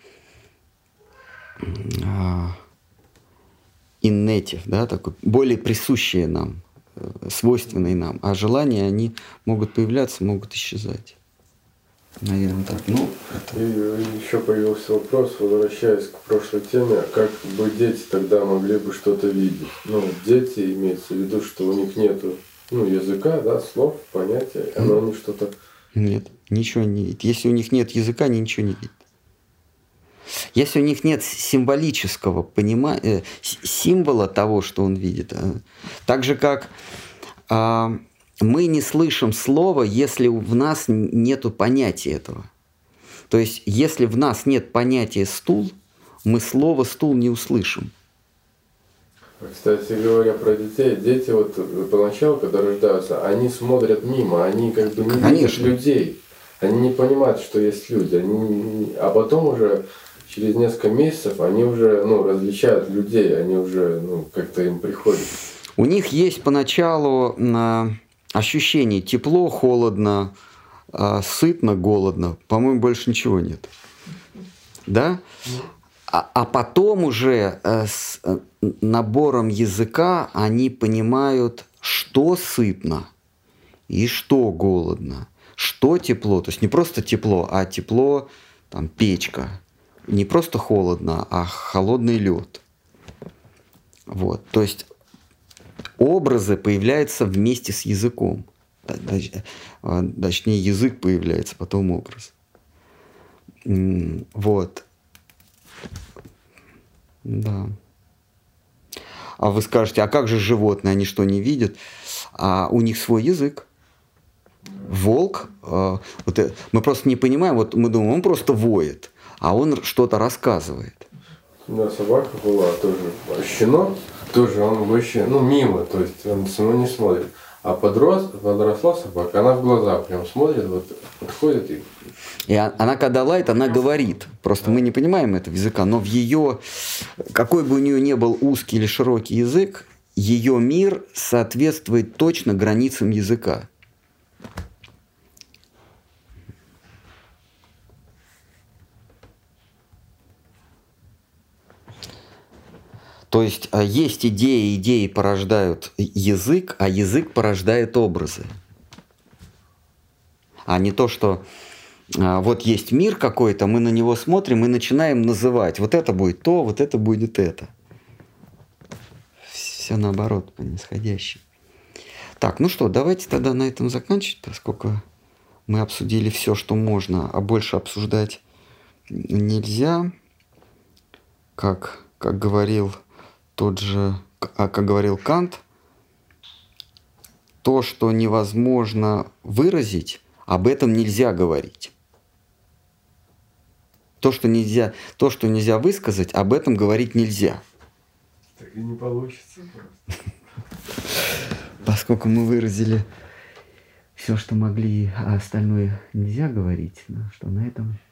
Speaker 1: иннетив, да, такое, более присущее нам, свойственное нам. А желания, они могут появляться, могут исчезать. Наверное, так.
Speaker 2: И еще появился вопрос, возвращаясь к прошлой теме, как бы дети тогда могли бы что-то видеть? Ну, дети, имеется в виду, что у них нету языка, да, слов, понятия, но они что-то...
Speaker 1: Нет, ничего не видят. Если у них нет языка, они ничего не видят. Если у них нет символического понимания, символа того, что он видит, так же как мы не слышим слова, если в нас нет понятия этого. То есть, если в нас нет понятия «стул», мы слово «стул» не услышим.
Speaker 2: Кстати говоря про детей, дети вот поначалу, когда рождаются, они смотрят мимо, они как бы не видят людей. Они не понимают, что есть люди. А потом уже через несколько месяцев они уже различают людей, они уже как-то им приходит.
Speaker 1: У них есть поначалу ощущение тепло, холодно, сытно, голодно. По-моему, больше ничего нет. Да? А потом уже с набором языка они понимают, что сытно и что голодно, что тепло. То есть не просто тепло, а тепло, там, печка. Не просто холодно, а холодный лед. Вот. То есть образы появляются вместе с языком. Точнее, язык появляется, потом образ. Вот. Да. А вы скажете, а как же животные, они что, не видят? А у них свой язык. Волк, мы просто не понимаем, вот мы думаем, он просто воет, а он что-то рассказывает.
Speaker 2: У меня собака была тоже, щенок, тоже он вообще, мимо, то есть он самого не смотрит. А подросла собака, она в глаза прям смотрит, вот подходит и...
Speaker 1: И она когда лает, она говорит. Просто мы не понимаем этого языка, но в ее, какой бы у нее ни был узкий или широкий язык, ее мир соответствует точно границам языка. То есть есть идеи, идеи порождают язык, а язык порождает образы. А не то, что вот есть мир какой-то, мы на него смотрим и начинаем называть. Вот это будет то, вот это будет это. Все наоборот, по нисходящей. Так, ну что, давайте тогда на этом заканчивать, поскольку мы обсудили все, что можно, а больше обсуждать нельзя. Как говорил как говорил Кант, то, что невозможно выразить, об этом нельзя говорить. То, что нельзя высказать, об этом говорить нельзя.
Speaker 2: Так и не получится просто.
Speaker 1: Поскольку мы выразили все, что могли, а остальное нельзя говорить, что на этом